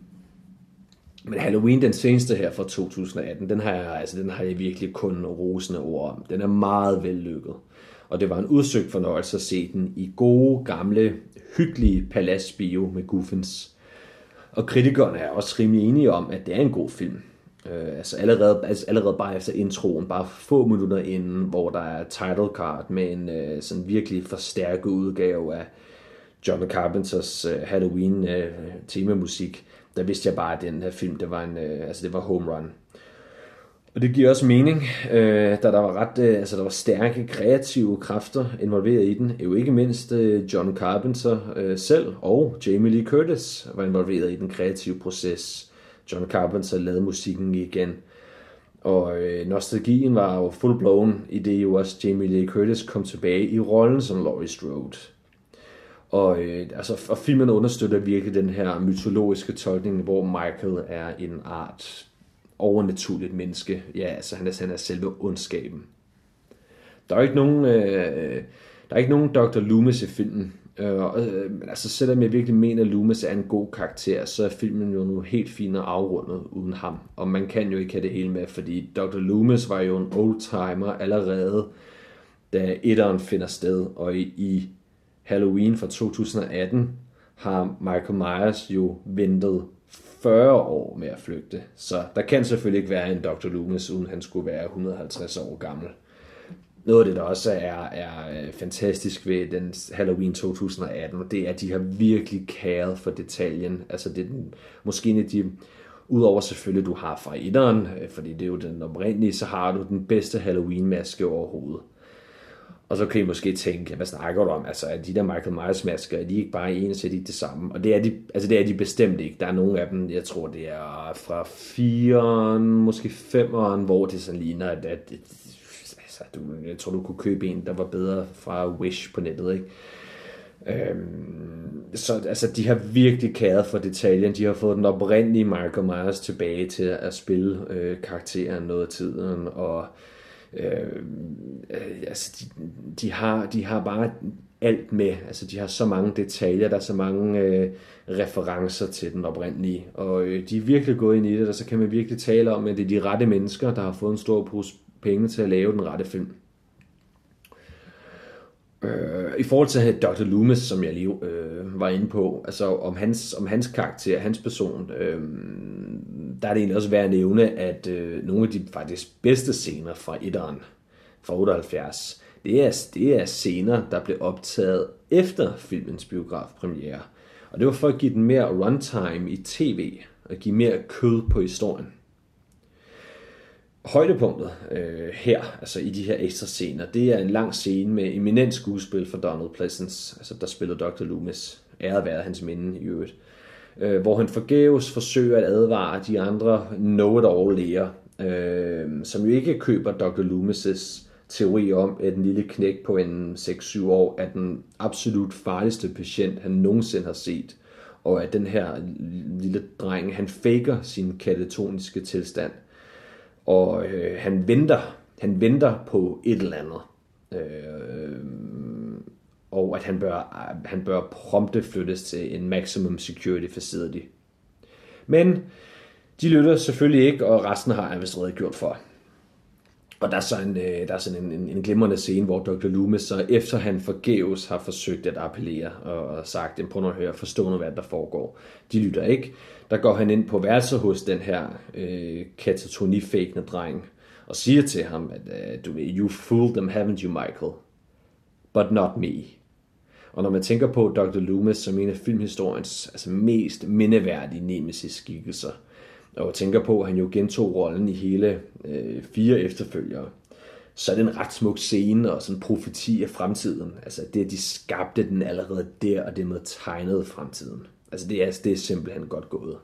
Men Halloween, den seneste her fra to tusind atten, den har jeg, altså, den har jeg virkelig kun rosende ord om. Den er meget vellykket. Og det var en udsøgt fornøjelse at se den i gode, gamle, hyggelige paladsbio med Guffins. Og kritikerne er også rimelig enige om, at det er en god film. Øh, altså, allerede, altså allerede bare efter introen, bare få minutter inden, hvor der er title card med en øh, sådan virkelig forstærket udgave af John Carpenters øh, Halloween øh, temamusik, der vidste jeg bare, at den her film, det var en, øh, altså det var home run. Og det giver også mening, øh, da der var ret, øh, altså der var stærke kreative kræfter involveret i den. Jo ikke mindst øh, John Carpenter øh, selv og Jamie Lee Curtis var involveret i den kreative proces. John Carpenter lavede musikken igen. Og øh, nostalgien var jo full blown, i det jo også Jamie Lee Curtis kom tilbage i rollen som Laurie Strode. Og, øh, altså, og filmen understøtter virkelig den her mytologiske tolkning, hvor Michael er en art overnaturligt menneske. Ja, altså han er, han er selve ondskaben. Der er ikke nogen, øh, der er ikke nogen doktor Loomis i filmen. Øh, øh, men altså selvom jeg virkelig mener, at Loomis er en god karakter, så er filmen jo nu helt fint og afrundet uden ham. Og man kan jo ikke have det hele med, fordi doktor Loomis var jo en oldtimer allerede, da etteren finder sted. Og i, i Halloween fra to tusind atten har Michael Myers jo ventet fyrre år med at flygte. Så der kan selvfølgelig ikke være en doktor Loomis, uden han skulle være et hundrede og halvtreds år gammel. Noget af det, der også er, er fantastisk ved den Halloween to tusind atten, det er, at de har virkelig kæret for detaljen. Altså det er den, måske en af de, udover selvfølgelig du har fra etteren, fordi det er jo den oprindelige, så har du den bedste Halloween-maske overhovedet. Og så kan I måske tænke, hvad snakker du om? Altså, er de der Michael Myers-masker, er de ikke bare en, så er de ikke det samme? Og det er de, altså det er de bestemt ikke. Der er nogle af dem, jeg tror, det er fra fireren, måske femeren, hvor det sådan ligner, at, at altså, du, jeg tror, du kunne købe en, der var bedre fra Wish på nettet, ikke? Øhm, så altså, de har virkelig kæret for detaljen. De har fået den oprindelige Michael Myers tilbage til at spille øh, karakteren noget af tiden, og Øh, altså de, de, har, de har bare alt med, altså de har så mange detaljer, der er så mange øh, referencer til den oprindelige, og øh, de er virkelig gået ind i det, og så kan man virkelig tale om, at det er de rette mennesker, der har fået en stor pose penge til at lave den rette film. Øh, I forhold til doktor Loomis, som jeg lige øh, var inde på, altså om hans, om hans karakter, hans person, øh, der er det egentlig også værd at nævne, at øh, nogle af de faktisk bedste scener fra etteren, fra otteoghalvfjerds, det er, det er scener, der blev optaget efter filmens biografpremiere. Og det var for at give den mere runtime i tv, og give mere kød på historien. Højdepunktet øh, her, altså i de her ekstra scener, det er en lang scene med eminent skuespil for Donald Pleasence, altså der spiller doktor Loomis, æret være hans minde i øvrigt, øh, hvor han forgæves forsøger at advare de andre know-it-all-læger, øh, som jo ikke køber doktor Loomis' teori om, at en lille knæk på en seks syv år er den absolut farligste patient, han nogensinde har set, og at den her lille dreng, han faker sin katatoniske tilstand, og øh, han venter, han venter på et eller andet, øh, og at han bør, han bør prompte flyttes til en maximum security facility. Men de lytter selvfølgelig ikke, og resten har jeg vist gjort for. Og der er så en, der er sådan en, en, en glimrende scene, hvor doktor Loomis, så efter han forgæves har forsøgt at appellere og sagt, prøv nu at høre, forstå nu, hvad der foregår. De lytter ikke. Der går han ind på værelset hos den her øh, katatonifækkende dreng, og siger til ham, at øh, du ved, you fooled them, haven't you, Michael? But not me. Og når man tænker på doktor Loomis som en af filmhistoriens altså mest mindeværdige nemesis-skikkelser, og tænker på, at han jo gentog rollen i hele øh, fire efterfølgere, så er det en ret smuk scene og sådan en profeti af fremtiden. Altså det, at de skabte den allerede der, og det med tegnede fremtiden. Altså det er, det er simpelthen godt gået.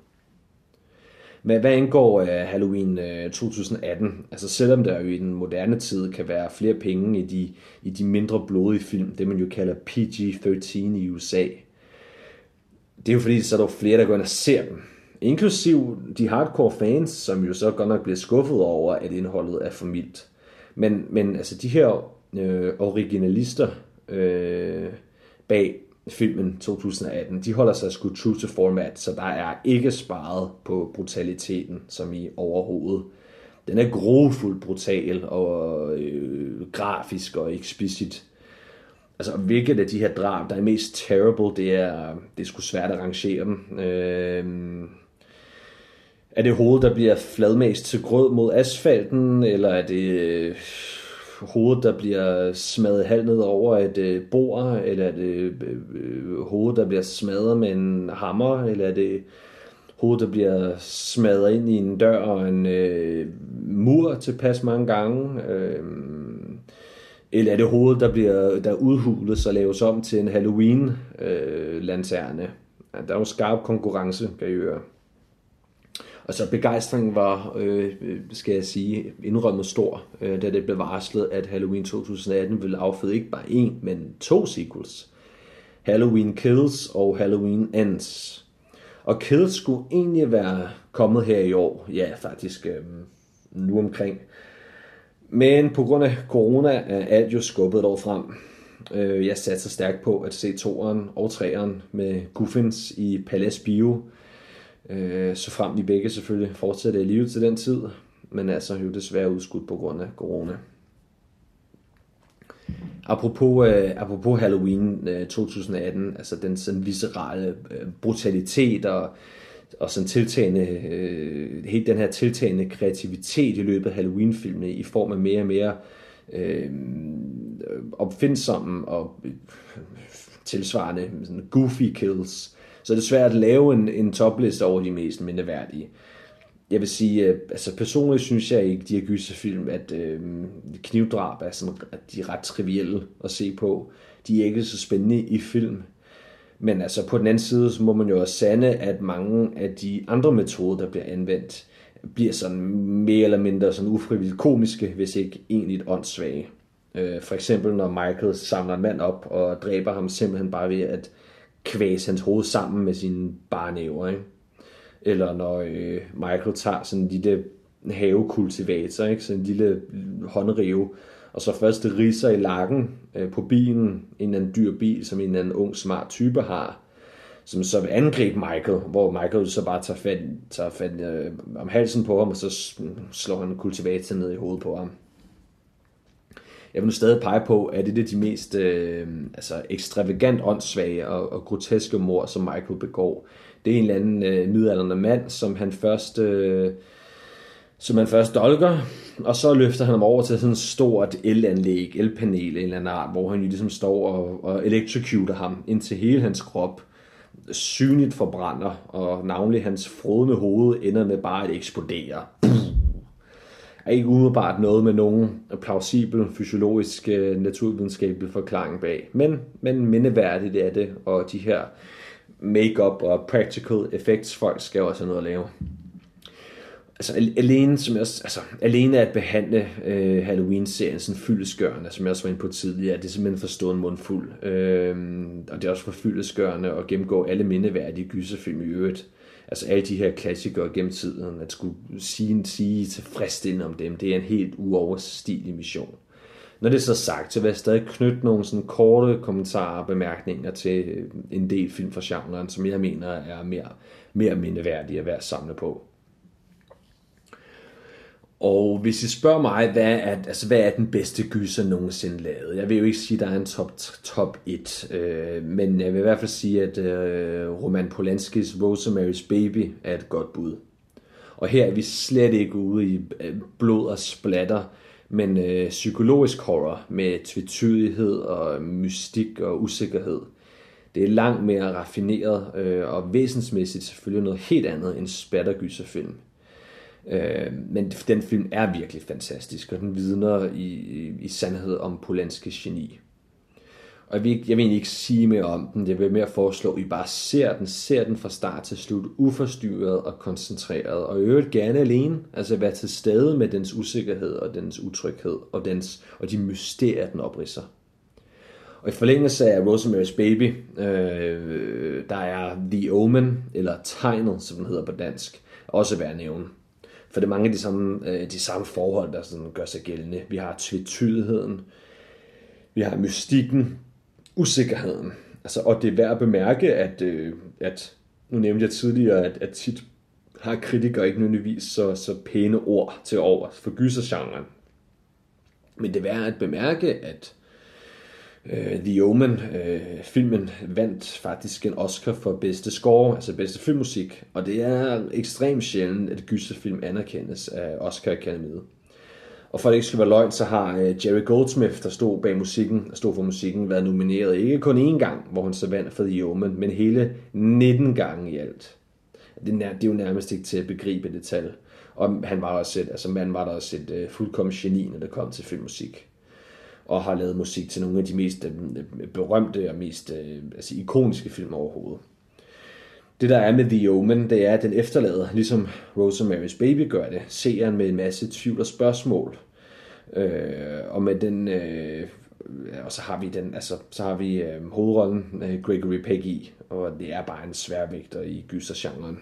Men hvad angår uh, Halloween uh, to tusind atten, altså selvom der jo i den moderne tid kan være flere penge i de, i de mindre blodige film, det man jo kalder P G tretten i U S A, det er jo fordi, så er der flere, der går ind og ser dem. Inklusiv de hardcore fans, som jo så godt nok bliver skuffet over, at indholdet er for mildt. Men, men altså de her øh, originalister øh, bag filmen to tusind atten, de holder sig sgu true to format, så der er ikke sparet på brutaliteten, som i overhovedet. Den er grofuldt brutal og øh, grafisk og eksplicit. Altså hvilket af de her drab, der er mest terrible, det er, det er sgu svært at rangere dem. Øh, Er det hovedet, der bliver fladmast til grød mod asfalten, eller er det hovedet, der bliver smadret halvt ned over et bord, eller er det hovedet, der bliver smadret med en hammer, eller er det hovedet, der bliver smadret ind i en dør og en øh, mur tilpas mange gange, øh, eller er det hovedet, der bliver der udhules og laves om til en Halloween-lanterne. Øh, der er jo skarp konkurrence, kan I høre. Og så begejstringen var, øh, skal jeg sige, indrømmet stor, øh, da det blev varslet, at Halloween to tusind atten ville afføde ikke bare én, men to sequels. Halloween Kills og Halloween Ends. Og Kills skulle egentlig være kommet her i år, ja faktisk øh, nu omkring. Men på grund af corona er alt jo skubbet et år frem. Øh, jeg satte så stærkt på at se toeren og treeren med Guffins i Palace Bio. Så frem vi begge selvfølgelig fortsætter i livet til den tid, men altså jo desværre udskudt på grund af corona. Apropos, øh, apropos Halloween øh, to tusind atten, altså den sådan viscerale øh, brutalitet og, og sådan tiltagende, øh, helt den her tiltagende kreativitet i løbet af Halloween-filmene i form af mere og mere øh, opfindsomme og øh, tilsvarende sådan goofy kills. Så er det svært at lave en, en topliste over de mest mindeværdige. Jeg vil sige, altså personligt synes jeg ikke, de her gyserfilm, at øh, knivdrab er sådan, at de er ret trivielle at se på. De er ikke så spændende i film. Men altså på den anden side, så må man jo også sande, at mange af de andre metoder, der bliver anvendt, bliver sådan mere eller mindre sådan ufrivilligt komiske, hvis ikke egentlig åndssvage. Øh, for eksempel når Michael samler en mand op og dræber ham simpelthen bare ved at kvæse hans hoved sammen med sine barnæver, ikke? Eller når øh, Michael tager sådan en lille havekultivator, ikke? Sådan en lille håndrive, og så først det riser i lakken øh, på bilen, en eller anden dyr bil, som en eller anden ung smart type har, som så vil angribe Michael, hvor Michael så bare tager fat, tager fat øh, om halsen på ham, og så slår han kultivatoren ned i hovedet på ham. Jeg vil nu stadig pege på, at det er de mest øh, altså ekstravagant åndssvage og, og groteske mord, som Michael begår. Det er en eller anden øh, midaldrende mand, som han først øh, som han først dolker, og så løfter han ham over til sådan et stort elanlæg, elpanel, en eller anden art, hvor han ligesom står og, og electrocuter ham, indtil hele hans krop synligt forbrænder, og navnlig hans frodende hoved ender med bare at eksplodere. Er ikke umiddelbart noget med nogen plausibel, fysiologisk, naturvidenskabelig forklaring bag. Men, men mindeværdigt er det, og de her make-up og practical effects folk skal også have noget at lave. Altså alene, som jeg, altså, alene at behandle øh, Halloween-serien sådan fyldestgørende, som jeg også var inde på tidligere, det er simpelthen for stor en mundfuld. Øh, og det er også for fyldestgørende at gennemgå alle mindeværdige gyserfilm i øvrigt. Altså alle de her klassikere gennem tiden, at skulle sige, sige tilfredsstillende om dem, det er en helt uoverstigelig mission. Når det er så sagt, så vil jeg stadig knytte nogle sådan korte kommentarer og bemærkninger til en del film fra genren, som jeg mener er mere, mere mindeværdige at være samlet på. Og hvis I spørger mig, hvad er, altså, hvad er den bedste gyser nogensinde lavet? Jeg vil jo ikke sige, at der er en top, top et, øh, men jeg vil i hvert fald sige, at øh, Roman Polanskis Rosemary's Baby er et godt bud. Og her er vi slet ikke ude i blod og splatter, men øh, psykologisk horror med tvetydighed og mystik og usikkerhed. Det er langt mere raffineret øh, og væsensmæssigt selvfølgelig noget helt andet end splattergyserfilm. Øh, men den film er virkelig fantastisk, og den vidner i, i, i sandhed om Polanskis geni. Og jeg vil, ikke, jeg vil ikke sige mere om den, jeg vil mere foreslå, at I bare ser den, ser den fra start til slut, uforstyrret og koncentreret, og i øvrigt gerne alene, altså være til stede med dens usikkerhed og dens utryghed og, dens, og de mysterier, den opridser. Og i forlængelse af Rosemary's Baby, øh, der er The Omen, eller Tegnet, som den hedder på dansk, også værd at nævne. For det er mange af de samme, de samme forhold, der sådan gør sig gældende. Vi har tvetydigheden, vi har mystikken, usikkerheden. Altså, og det er værd at bemærke, at, at nu nævnte jeg tidligere, at, at tit har kritikere ikke nødvendigvis så, så pæne ord til over for gysergenren. Men det er værd at bemærke, at Uh, The Omen, uh, filmen vandt faktisk en Oscar for bedste score, altså bedste filmmusik, og det er ekstremt sjældent, at gyserfilm anerkendes af Oscar-akademiet. Og for at det ikke skal være løgn, så har uh, Jerry Goldsmith, der stod bag musikken, der stod for musikken, været nomineret ikke kun én gang, hvor han så vandt for The Omen, men hele nitten gange i alt. Det er, nær, det er jo nærmest ikke til at begribe det tal. Og han var også et, altså manden var der også et uh, fuldkommen geni, når det kom til filmmusik. Og har lavet musik til nogle af de mest uh, berømte og mest uh, altså, ikoniske film overhovedet. Det der er med The Omen, det er, at den efterlader, ligesom Rosemary's Baby gør det, seeren med en masse tvivl og spørgsmål. Øh, og med den, øh, og så har vi den, altså, så har vi øh, hovedrollen øh, Gregory Peck i, og det er bare en sværvægter i gysergenren.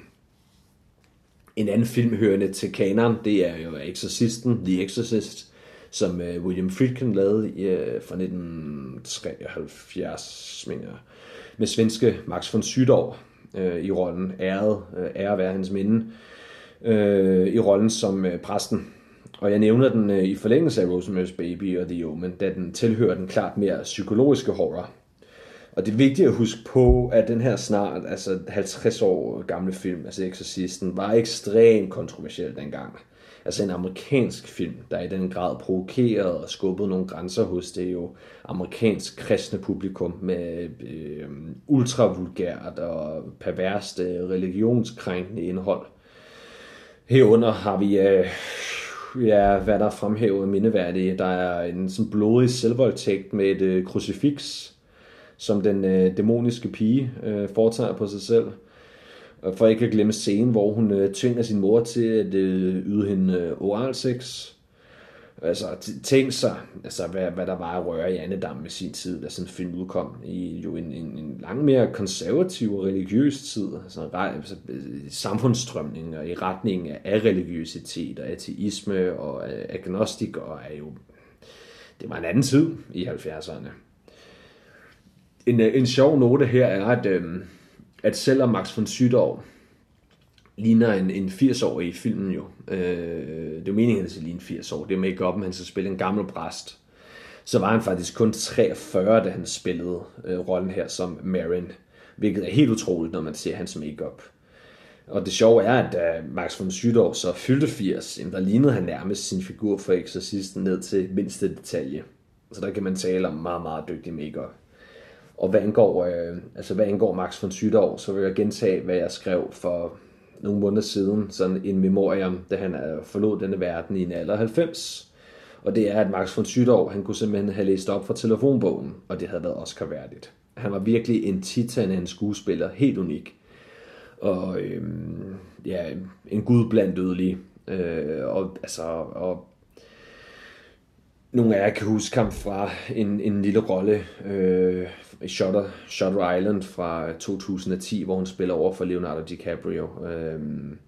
En anden film hørende til kanon, det er jo Exorcisten, The Exorcist, som øh, William Friedkin lavede i, øh, fra nitten treoghalvfjerds, mener jeg, med svenske Max von Sydow øh, i rollen, æret, øh, ære være hans minde, øh, i rollen som øh, præsten. Og jeg nævner den øh, i forlængelse af Rosemary's Baby og The Omen, da den tilhører den klart mere psykologiske horror. Og det er vigtigt at huske på, at den her snart altså halvtreds år gamle film, altså Exorcisten, var ekstremt kontroversiel dengang. Altså en amerikansk film, der i den grad provokerede og skubbede nogle grænser hos det jo amerikansk kristne publikum med øh, ultravulgært og perverst øh, religionskrænkende indhold. Herunder har vi, øh, ja, hvad der fremhæver mindeværdige. Der er en sådan blodig selvvoldtægt med et øh, krucifiks, som den øh, dæmoniske pige øh, foretager på sig selv. For ikke at glemme scenen, hvor hun øh, tvinger sin mor til at øh, yde hende øh, oralsex. Altså, tænk sig, altså, hvad, hvad der var at røre i andedam med sin tid, da sådan en film udkom i jo en, en, en langt mere konservativ og religiøs tid. Altså, altså samfundsstrømninger i retning af religiøsitet og ateisme og agnostikere er jo... Det var en anden tid i halvfjerdserne. En, en sjov note her er, at... Øh, at selvom Max von Sydow ligner en, en firs-årig i filmen jo, øh, det er jo meningen, at han skal ligne firs år, det er make-up'en, han skal spille en gammel præst, så var han faktisk kun treogfyrre, da han spillede øh, rollen her som Marin, hvilket er helt utroligt, når man ser hans make-up. Og det sjove er, at da Max von Sydow så fyldte firs, der lignede han nærmest sin figur for Exorcisten ned til mindste detalje. Så der kan man tale om meget, meget dygtig make-up. Og hvad angår, øh, altså hvad angår Max von Sydow, så vil jeg gentage, hvad jeg skrev for nogle måneder siden, sådan en memoriam, da han forlod denne verden i en alder af halvfems. Og det er, at Max von Sydow, han kunne simpelthen have læst op fra telefonbogen, og det havde været Oscar-værdigt. Han var virkelig en titan af en skuespiller, helt unik. Og øh, ja, en gud blandt dødelige. Øh, og altså... Og, nogle af jer kan huske ham fra en, en lille rolle øh, i Shutter, Shutter Island fra to tusind og ti, hvor hun spiller over for Leonardo DiCaprio. Øh,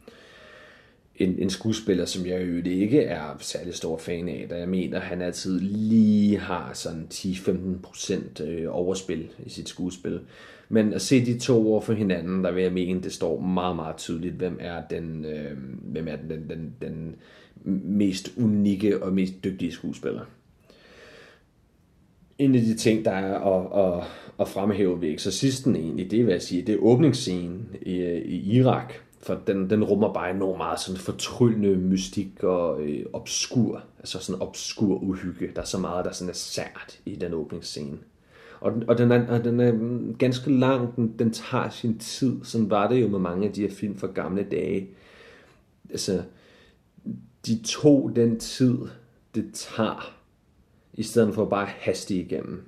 en, en skuespiller, som jeg jo ikke er særlig stor fan af, da jeg mener, at han altid lige har sådan ti til femten procent overspil i sit skuespil. Men at se de to over for hinanden, der vil jeg mene, det står meget, meget tydeligt, hvem er den, øh, hvem er den, den, den, den mest unikke og mest dygtige skuespiller. En af de ting, der er at, at, at fremhæve ved Exorcisten egentlig, det vil jeg sige, det er åbningsscenen i, i Irak. For den, den rummer bare enormt meget sådan fortryllende mystik og øh, obskur, altså sådan obskur uhygge. Der er så meget, der sådan er sært i den åbningsscene. Og, og, den er, og den er ganske lang, den, den tager sin tid. Sådan var det jo med mange af de her film fra gamle dage. Altså, de tog den tid, det tager, i stedet for bare haste igennem.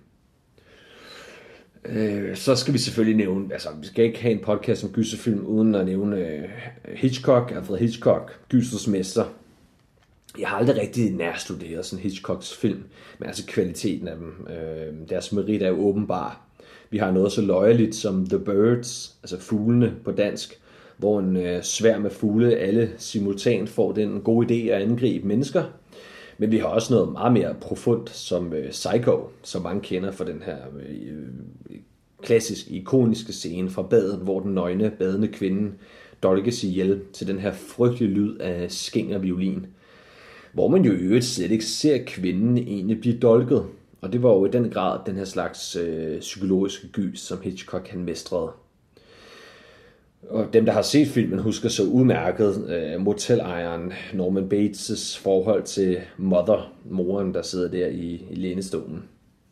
Øh, så skal vi selvfølgelig nævne, altså vi skal ikke have en podcast om gyserfilm, uden at nævne øh, Hitchcock, Alfred Hitchcock, gysers mester. Jeg har aldrig rigtig nærstuderet sådan Hitchcocks film, men altså kvaliteten af dem, øh, deres merit er jo åbenbar. Vi har noget så løjeligt som The Birds, altså fuglene på dansk, hvor en øh, sværm af fugle alle simultant får den gode idé at angribe mennesker. Men vi har også noget meget mere profundt som øh, Psycho, som mange kender for den her øh, klassisk ikoniske scene fra badet, hvor den nøgne badende kvinde dolkes ihjel til den her frygtelige lyd af skæng og violin. Hvor man jo i øvrigt slet ikke ser kvinden egentlig blive dolket. Og det var jo i den grad den her slags øh, psykologiske gys, som Hitchcock han mestrede. Og dem, der har set filmen, husker så udmærket øh, motelejeren Norman Bates' forhold til Mother, moren, der sidder der i, i lænestolen.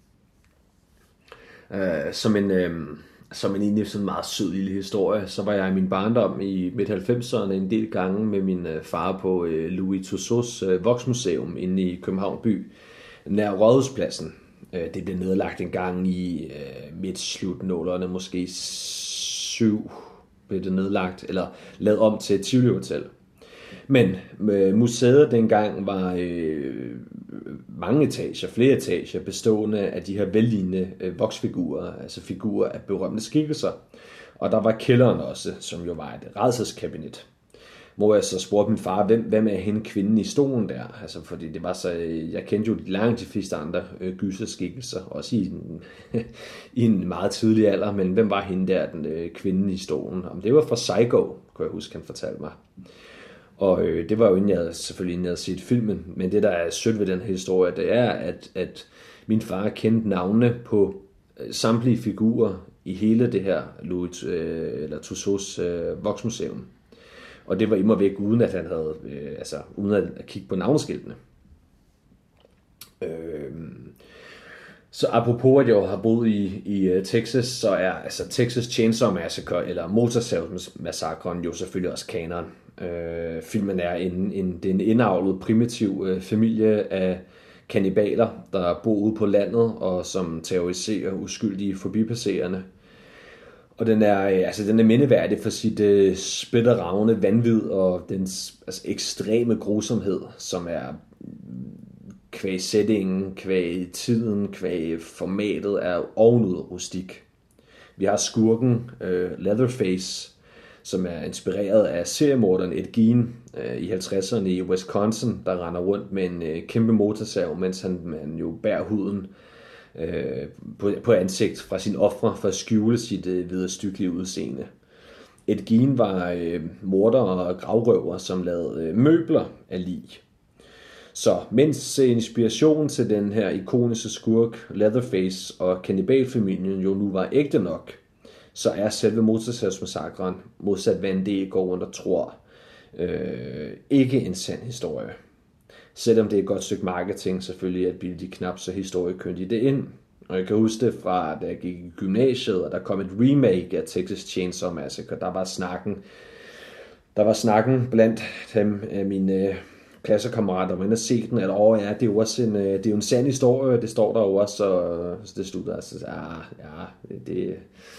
Øh, som en... Øh, Som en egentlig sådan meget sød lille historie, så var jeg i min barndom i midt halvfemserne en del gange med min far på Louis Tussauds voksmuseum inde i København by, nær Rådhuspladsen. Det blev nedlagt en gang i midt slutnullerne, måske syv blev det nedlagt, eller lavet om til et Tivoli Hotel. Men museet dengang var øh, mange etager, flere etager, bestående af de her vellignende øh, voksfigurer, altså figurer af berømte skikkelser. Og der var kælderen også, som jo var et rædselskabinet. Hvor jeg så spurgte min far, hvem, hvem er hende kvinden i stolen der? Altså, fordi det var så, jeg kendte jo langt de fleste andre øh, gyserskikkelser, også i en, i en meget tidlig alder, men hvem var hende der, den øh, kvinden i stolen? Om det var fra Psycho, kunne jeg huske, han fortalte mig. Og øh, det var jo inden jeg havde, selvfølgelig inden jeg havde set filmen, men det der er sødt ved den her historie, det er, at, at min far kendte navnene på øh, samtlige figurer i hele det her Louis øh, eller Tussauds øh, voksmuseum. Og det var immer væk uden at han havde, øh, altså uden at, at kigge på navneskiltene. Øh, så apropos at jeg har boet i, i uh, Texas, så er altså Texas Chainsaw Massacre eller Motorsavsmassakren jo selvfølgelig også kanon. Øh, filmen er en, en, det er en indavlet primitiv øh, familie af kannibaler, der bor ude på landet og som terroriserer uskyldige forbipasserende. Og den er, øh, altså, den er mindeværdig for sit øh, splitteravne vanvid og dens altså, ekstreme grusomhed, som er kvæg settingen, kvæg tiden, kvæg formatet er ovenud rustik. Vi har skurken øh, Leatherface, som er inspireret af seriemorderen Ed Gein øh, i halvtredserne i Wisconsin, der render rundt med en øh, kæmpe motorsav, mens han, man jo bærer huden øh, på, på ansigt fra sin ofre for at skjule sit øh, vederstykkelige udseende. Ed Gein var øh, morder og gravrøver, som lavede øh, møbler af lig. Så mens inspirationen til den her ikoniske skurk Leatherface og kannibalfamilien jo nu var ægte nok, så er selve Motorsavsmassakren, modsat hvad en del går rundt og tror, øh, ikke en sand historie. Selvom det er et godt stykke marketing selvfølgelig, at bilde de knap så historiekyndige det ind. Og jeg kan huske det fra, da jeg gik i gymnasiet, og der kom et remake af Texas Chainsaw Massacre. Der var snakken, der var snakken blandt dem af mine øh, klassekammerater, der var inde og se den, at åh ja, det er jo også en, det er jo en sand historie, det står der jo også, så, så det slutter altså, ja, ja, det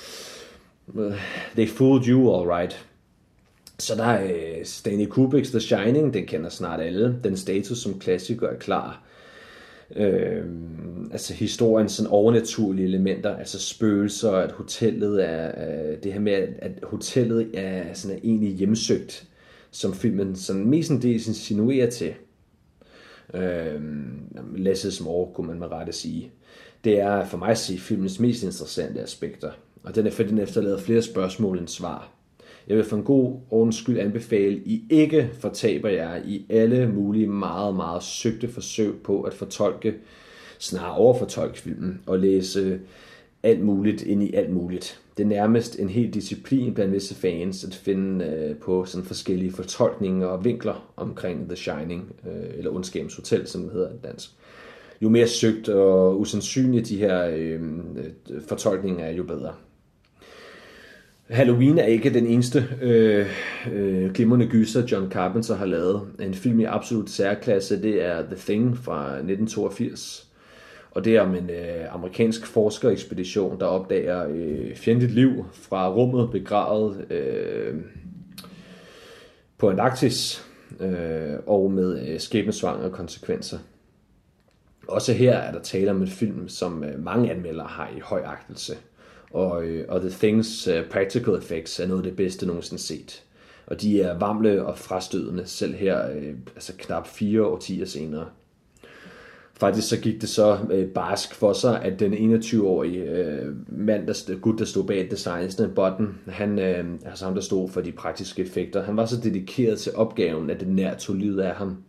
they fooled you all right. Så der er uh, Stanley Kubricks The Shining, den kender snart alle. Den status som klassiker er klar. Øh, altså historiens sådan overnaturlige elementer, altså spøgelser, at hotellet er, uh, det her med, at hotellet er sådan er egentlig hjemsøgt, som filmen sådan mestendels insinuerer til. Øh, Læsset som år, kunne man med rette sige. Det er for mig at sige filmens mest interessante aspekter. Og den er fordi den efterlader flere spørgsmål end svar. Jeg vil for en god ordens skyld anbefale, I ikke fortaber jer i alle mulige meget, meget søgte forsøg på at fortolke, snarere overfortolke filmen, og læse alt muligt ind i alt muligt. Det er nærmest en hel disciplin blandt visse fans at finde øh, på sådan forskellige fortolkninger og vinkler omkring The Shining, øh, eller Ondskabens Hotel, som det hedder i dansk. Jo mere søgt og usandsynligt de her øh, fortolkninger er, jo bedre. Halloween er ikke den eneste øh, øh, glimrende gyser, John Carpenter har lavet. En film i absolut særklasse, det er The Thing fra nitten toogfirs. Og det er om en øh, amerikansk forskerekspedition, der opdager øh, fjendtligt liv fra rummet begravet øh, på Antarktis øh, og med øh, skæbnesvangre konsekvenser. Også her er der tale om en film, som øh, mange anmeldere har i høj agtelse. Og, øh, og The Things uh, practical effects er noget af det bedste nogensinde set. Og de er varmle og frastødende, selv her øh, altså knap fire årtier senere. Faktisk så gik det så øh, barsk for sig, at den enogtyve-årige øh, mand, der, gut, der stod bag designsene, Button, han, øh, altså ham, der stod for de praktiske effekter, han var så dedikeret til opgaven, at det nær tog livet af ham,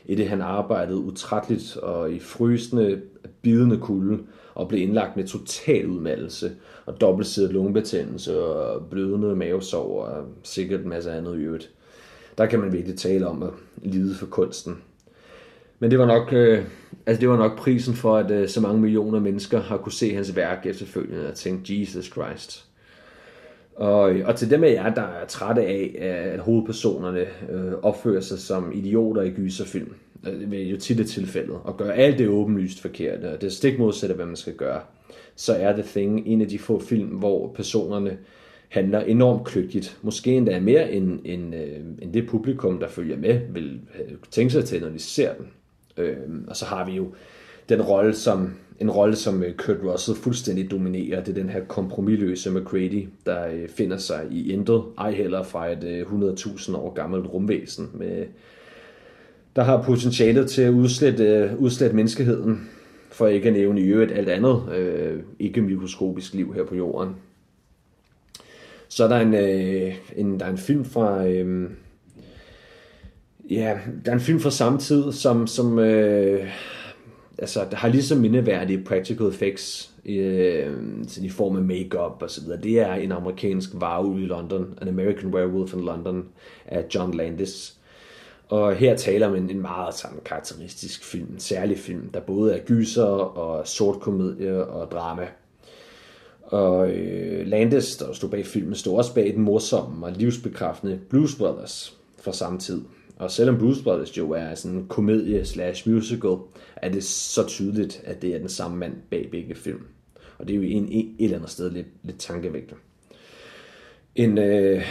i det han arbejdede utrætteligt og i frysende, bidende kulde, og blev indlagt med total udmattelse og dobbeltsidet lungebetændelse og blødende mavesår og sikkert en masse andet i øvrigt. Der kan man virkelig tale om at lide for kunsten. Men det var nok, øh, altså det var nok prisen for, at øh, så mange millioner mennesker har kunne se hans værk efterfølgende og tænke, Jesus Christ. Og, og til dem af jer, der er trætte af, at hovedpersonerne øh, opfører sig som idioter i gyserfilm, det vil jo tit det tilfældet, og gør alt det åbenlyst forkert, og det er stik modsat, hvad man skal gøre, så er The Thing en af de få film, hvor personerne handler enormt kløgtigt. Måske endda mere end, end, øh, end det publikum, der følger med, vil tænke sig til, når de ser den. Øh, og så har vi jo den rolle, som, en rolle, som Kurt Russell fuldstændig dominerer. Det er den her kompromisløse McCready, der øh, finder sig i intet, ej heller fra et øh, hundrede tusind år gammelt rumvæsen, med, der har potentialet til at udslette, øh, udslette menneskeheden, for ikke at nævne i øvrigt alt andet øh, ikke-mikroskopisk liv her på jorden. Så er der en, øh, en, der er en film fra... Øh, ja, der er en film fra samme tid, som, som øh, altså, der har ligesom mindeværdige practical effects øh, i form af make-up og så videre. Det er en amerikansk varulv i London, An American Werewolf in London af John Landis. Og her taler man en meget sådan karakteristisk film, en særlig film, der både er gyser og sort komedie og drama. Og øh, Landis, der stod bag filmen, stod også bag den morsomme og livsbekræftende Blues Brothers fra samme tid. Og selvom Blues Brothers jo er sådan en komedie slash musical, er det så tydeligt, at det er den samme mand bag begge film. Og det er jo en, en, et eller andet sted lidt, lidt tankevækkende. En... Øh,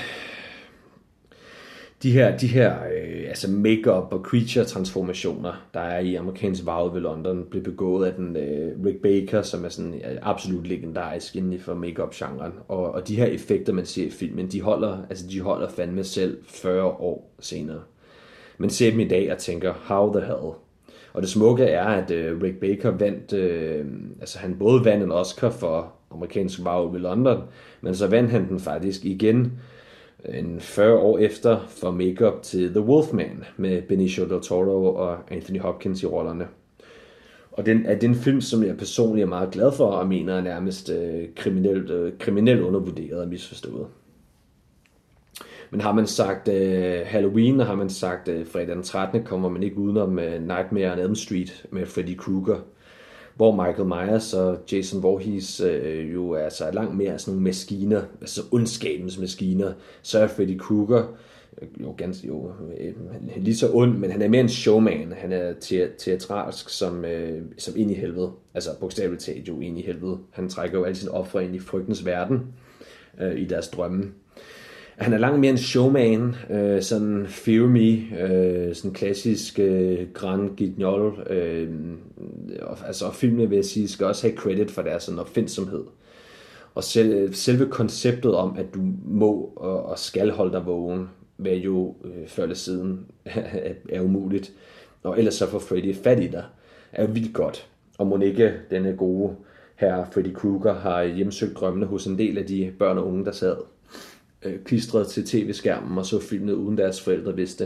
De her, de her øh, altså make-up og creature-transformationer, der er i amerikansk varulv ved London, blev begået af den øh, Rick Baker, som er sådan øh, absolut legendarisk inden for make-up-genren. Og, og de her effekter, man ser i filmen, de holder, altså de holder fandme selv fyrre år senere. Man ser dem i dag og tænker, how the hell? Og det smukke er, at øh, Rick Baker vandt, øh, altså han både vandt en Oscar for amerikansk varulv ved London, men så vandt han den faktisk igen en fyrre år efter for makeup til The Wolfman med Benicio del Toro og Anthony Hopkins i rollerne. Og den er den film, som jeg personligt er meget glad for og mener er nærmest øh, kriminelt, øh, kriminelt undervurderet og misforstået. Men har man sagt øh, Halloween, og har man sagt øh, fredag den trettende, kommer man ikke udenom øh, Nightmare on Elm Street med Freddy Krueger, hvor Michael Myers og Jason Voorhees øh, jo er altså langt mere sådan nogle maskiner, altså ondskabens maskiner. Så er Freddy Krueger jo ganske jo øh, lige så ond, men han er mere en showman. Han er te- teatralsk som, øh, som ind i helvede, altså bogstaveligt talt jo ind i helvede. Han trækker jo alle sine ofre ind i frygtens verden øh, i deres drømme. Han er langt mere en showman, øh, sådan Fear Me, øh, sådan klassisk øh, Grand Guignol. Øh, altså filmene, vil jeg sige, skal også have credit for deres sådan opfindsomhed. Og selv, selve konceptet om, at du må og, og skal holde dig vågen, hvad jo øh, før eller siden er, er umuligt, og ellers så får Freddy fat i dig, er jo vildt godt. Og må ikke denne gode herre Freddy Krueger har hjemsøgt drømmene hos en del af de børn og unge, der sad klistret til tv-skærmen og så filmet uden deres forældre vidste.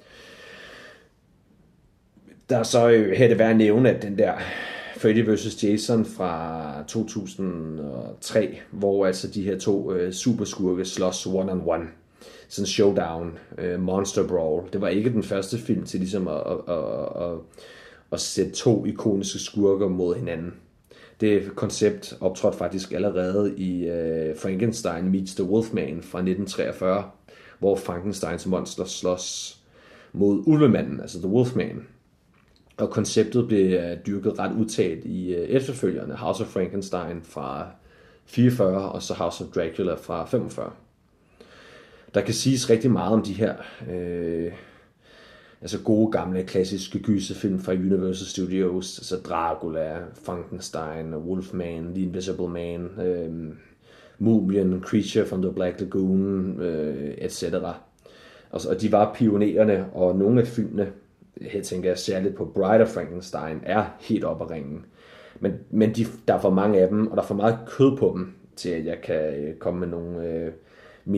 Der er så øh, her det værd at nævne, at den der Freddy versus. Jason fra to tusind og tre, hvor altså de her to øh, superskurke slås one on one. Sådan en showdown, øh, monster brawl. Det var ikke den første film til ligesom at, at, at, at, at sætte to ikoniske skurker mod hinanden. Det koncept optrådte faktisk allerede i uh, Frankenstein Meets the Wolfman fra nitten treogfyrre, hvor Frankensteins monster slås mod ulvemanden, altså The Wolfman. Og konceptet blev uh, dyrket ret udtalt i uh, efterfølgerne House of Frankenstein fra fireogfyrre og så House of Dracula fra femogfyrre. Der kan siges rigtig meget om de her uh, altså gode gamle klassiske gyserfilm fra Universal Studios, altså Dracula, Frankenstein, Wolfman, The Invisible Man, øh, Mumien, Creature from the Black Lagoon, øh, et cetera. Og, og de var pionererne, og nogle af filmene, her tænker jeg særligt på Bride of Frankenstein, er helt oppe at ringen. Men, men de, der er for mange af dem, og der er for meget kød på dem, til at jeg kan komme med nogle øh,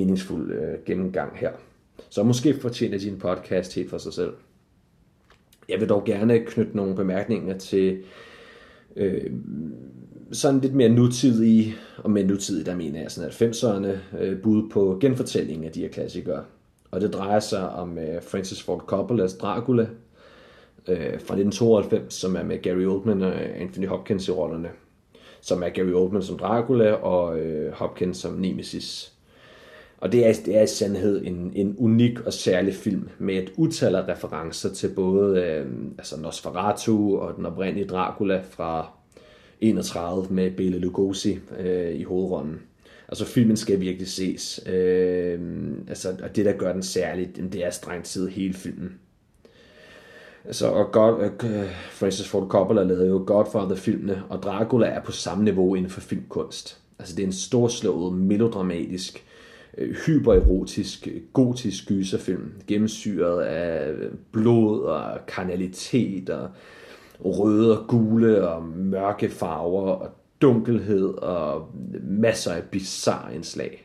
meningsfulde øh, gennemgang her. Så måske fortjener de en podcast helt for sig selv. Jeg vil dog gerne knytte nogle bemærkninger til øh, sådan lidt mere nutidige, og med nutidige, der mener jeg sådan halvfemserne, øh, bud på genfortælling af de her klassikere. Og det drejer sig om øh, Francis Ford Coppolas Dracula øh, fra nitten tooghalvfems, som er med Gary Oldman og Anthony Hopkins i rollerne. Som er Gary Oldman som Dracula og øh, Hopkins som Nemesis. Og det er, det er i sandhed en, en unik og særlig film med et utal af referencer til både øh, altså Nosferatu og den oprindelige Dracula fra enogtredive med Bela Lugosi øh, i hovedrollen. Altså filmen skal virkelig ses. Øh, altså, og det der gør den særlig, det er strengt tid hele filmen. Altså, og God, uh, Francis Ford Coppola lavede jo Godfather-filmene, og Dracula er på samme niveau inden for filmkunst. Altså det er en storslået, melodramatisk, hypererotisk, gotisk gyserfilm, gennemsyret af blod og karnalitet og røde og gule og mørke farver og dunkelhed og masser af bizarre indslag.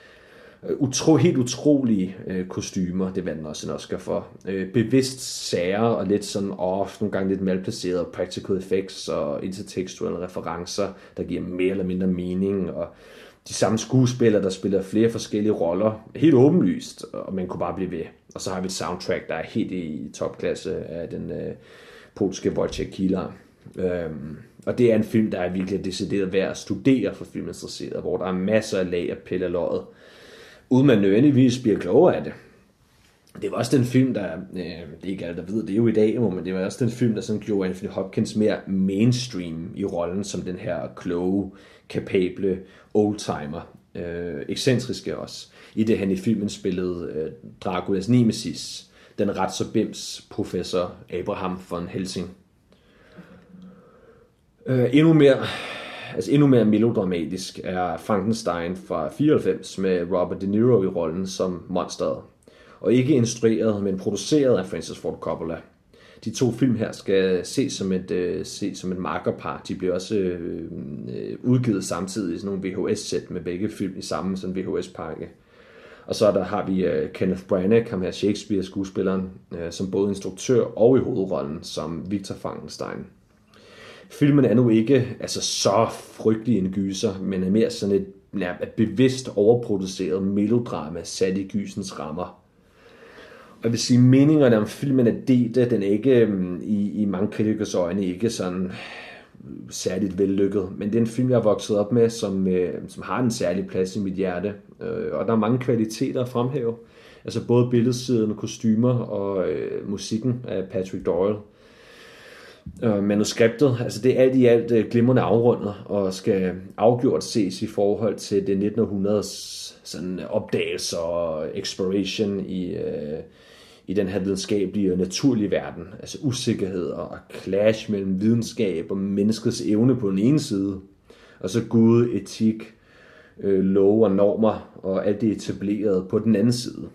Utro, helt utrolige øh, kostymer, det vandt også en Oscar for. Øh, bevidst sære og lidt sådan off, nogle gange lidt malplacerede practical effects og intertextuelle referencer, der giver mere eller mindre mening, og de samme skuespillere, der spiller flere forskellige roller, helt åbenlyst, og man kunne bare blive ved. Og så har vi et soundtrack, der er helt i topklasse af den øh, polske Wojciech Kilar. Øhm, og det er en film, der er virkelig decideret værd at studere for filminteresserede, hvor der er masser af lag at pille loddet, uden man nødvendigvis bliver klogere af det. Det var også den film, der, øh, det er ikke alle, der ved det er jo i dag, men det var også den film, der sådan gjorde Anthony Hopkins mere mainstream i rollen som den her kloge, kapable oldtimer. Øh, ekscentriske også. I det han i filmen spillede øh, Draculas Nemesis, den ret så bims professor Abraham von Helsing. Øh, endnu mere Altså endnu mere melodramatisk er Frankenstein fra fireoghalvfems med Robert De Niro i rollen som monsteret. Og ikke instrueret, men produceret af Francis Ford Coppola. De to film her skal ses som et, uh, ses som et makkerpar. De bliver også uh, udgivet samtidig i sådan nogle V H S-sæt med begge film i samme sådan V H S-pakke. Og så der har vi uh, Kenneth Branagh, ham her Shakespeare-skuespilleren, uh, som både instruktør og i hovedrollen som Victor Frankenstein. Filmen er nu ikke altså så frygtelig en gyser, men er mere sådan et nærmest bevidst overproduceret melodrama sat i gysens rammer. Og jeg vil sige, meningerne om filmen er delte. Den er ikke i, i mange kritikers øjne ikke sådan særligt vellykket, men det er en film, jeg har vokset op med, som, som har en særlig plads i mit hjerte. Og der er mange kvaliteter at fremhæve. Altså både billedsiden, kostymer og øh, musikken af Patrick Doyle. Uh, manuskriptet, altså det er alt i alt uh, glimrende afrundet og skal afgjort ses i forhold til det nitten hundredes sådan opdagelser og exploration i, uh, i den her videnskabelige og naturlige verden, altså usikkerhed og clash mellem videnskab og menneskets evne på den ene side, og så Gud, etik, uh, love og normer og alt det etablerede på den anden side.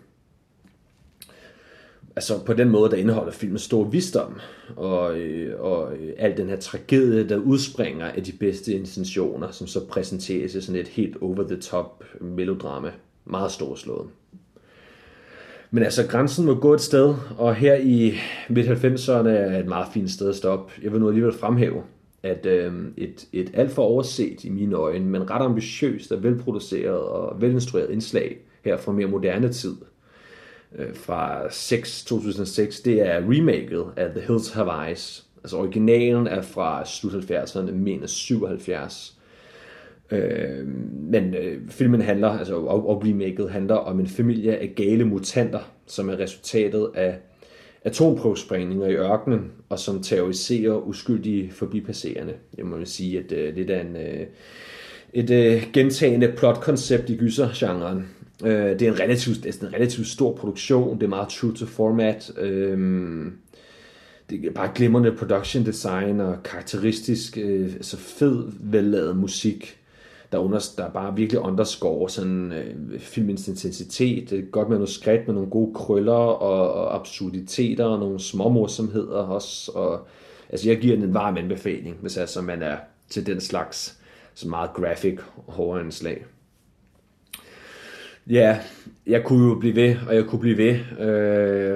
Altså på den måde, der indeholder filmen stor visdom, og, øh, og øh, al den her tragedie, der udspringer af de bedste intentioner, som så præsenteres i sådan et helt over-the-top melodrama. Meget storslået. Men altså, grænsen må gå et sted, og her i midt halvfemserne er et meget fint sted at stoppe. Jeg vil nu alligevel fremhæve, at øh, et, et alt for overset i mine øjne, men ret ambitiøst og velproduceret og velinstrueret indslag her fra mere moderne tid, fra to tusind og seks, det er remaket af The Hills Have Eyes. Altså originalen er fra slut halvfjerdserne, mener syvoghalvfjerds. Øh, men øh, filmen handler, altså og, og remaket handler om en familie af gale mutanter, som er resultatet af atomprøvesprængninger i ørkenen, og som terroriserer uskyldige forbipasserende. Jeg må sige, at øh, det er en, øh, et øh, gentagende plotkoncept i gysergenren. Det er en relativt, det er en relativt stor produktion, det er meget true to format, det er bare glimrende production design og karakteristisk, altså fed, vellavet musik, der, under, der bare virkelig underscore sådan filmens intensitet. Det er et godt manuskript med nogle gode krøller og, og absurditeter og nogle småmorsomheder også. Og, altså jeg giver den en varm anbefaling, hvis altså man er til den slags så meget graphic horrorindslag. Ja, jeg kunne jo blive ved, og jeg kunne blive ved. Øh,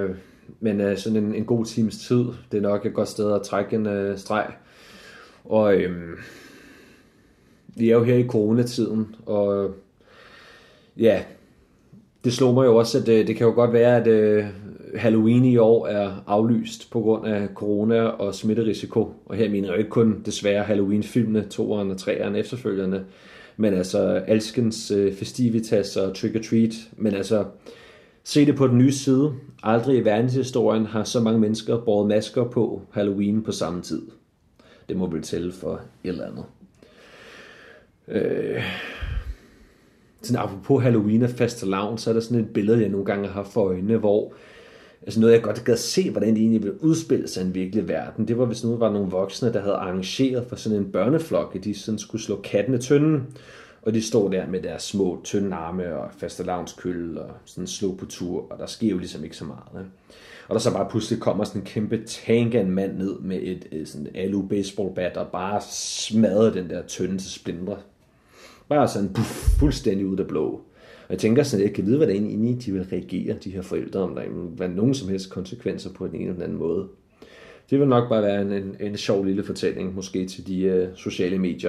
men øh, sådan en, en god times tid, det er nok et godt sted at trække en øh, streg. Og øh, vi er jo her i coronatiden, og ja, det slog mig jo også, at øh, det kan jo godt være, at øh, Halloween i år er aflyst på grund af corona og smitterisiko. Og her mener jeg jo ikke kun desværre Halloween-filmene, toeren og treeren efterfølgende, men altså alskens øh, festivitas og trick-or-treat. Men altså, se det på den nye side. Aldrig i verdenshistorien har så mange mennesker båret masker på Halloween på samme tid. Det må vel tælle for et eller andet. Øh... Sådan apropos Halloween og fastelavn, så er der sådan et billede, jeg nogle gange har for øjnene, hvor altså noget, jeg godt gad se, hvordan det egentlig ville udspille sig i en virkelig verden. Det var, hvis nu var nogle voksne, der havde arrangeret for sådan en børneflok, at de sådan skulle slå katten i tønden, og de stod der med deres små tynde arme og fastelavnskøl og sådan slå på tur, og der sker jo ligesom ikke så meget. Ikke? Og der så bare pludselig kommer sådan en kæmpe tank af en mand ned med et, et sådan alu baseballbat og bare smadrer den der tønde til splindre. Bare sådan puff, fuldstændig ud af blå. Og jeg tænker sådan, at jeg kan vide, hvordan egentlig de vil reagere, de her forældre, om der vil være nogen som helst konsekvenser på den ene eller den anden måde. Det vil nok bare være en, en, en sjov lille fortælling, måske til de uh, sociale medier.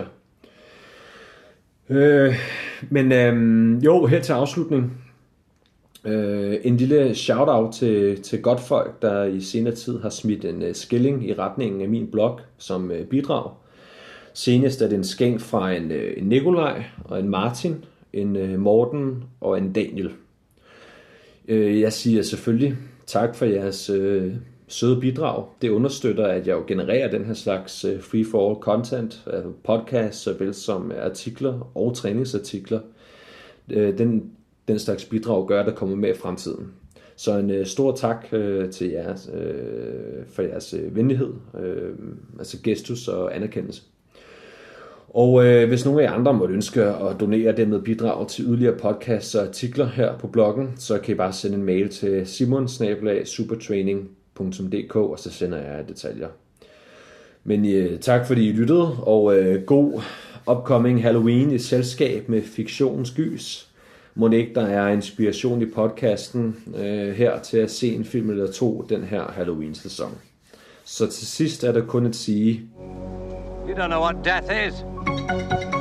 Øh, men øh, jo, her til afslutning. Øh, en lille shout-out til, til godt folk, der i senere tid har smidt en uh, skilling i retningen af min blog som uh, bidrag. Senest er det en skænk fra en, en Nikolaj og en Martin, en Morten og en Daniel. Jeg siger selvfølgelig tak for jeres øh, søde bidrag. Det understøtter, at jeg jo genererer den her slags free-for-all content, altså podcast, såvel som artikler og træningsartikler. Den, den slags bidrag gør, at der kommer med i fremtiden. Så en øh, stor tak øh, til jer øh, for jeres øh, venlighed, øh, altså gestus og anerkendelse. Og øh, hvis nogen af jer andre måtte ønske at donere det med bidrag til yderligere podcasts og artikler her på bloggen, så kan I bare sende en mail til simon snabel-a supertraining punktum d k, og så sender jeg detaljer. Men øh, tak fordi I lyttede, og øh, god upcoming Halloween i selskab med fiktionens gys. Må ikke der er inspiration i podcasten øh, her til at se en film eller to den her Halloween-sæson. Så til sidst er der kun at sige... You don't know what death is.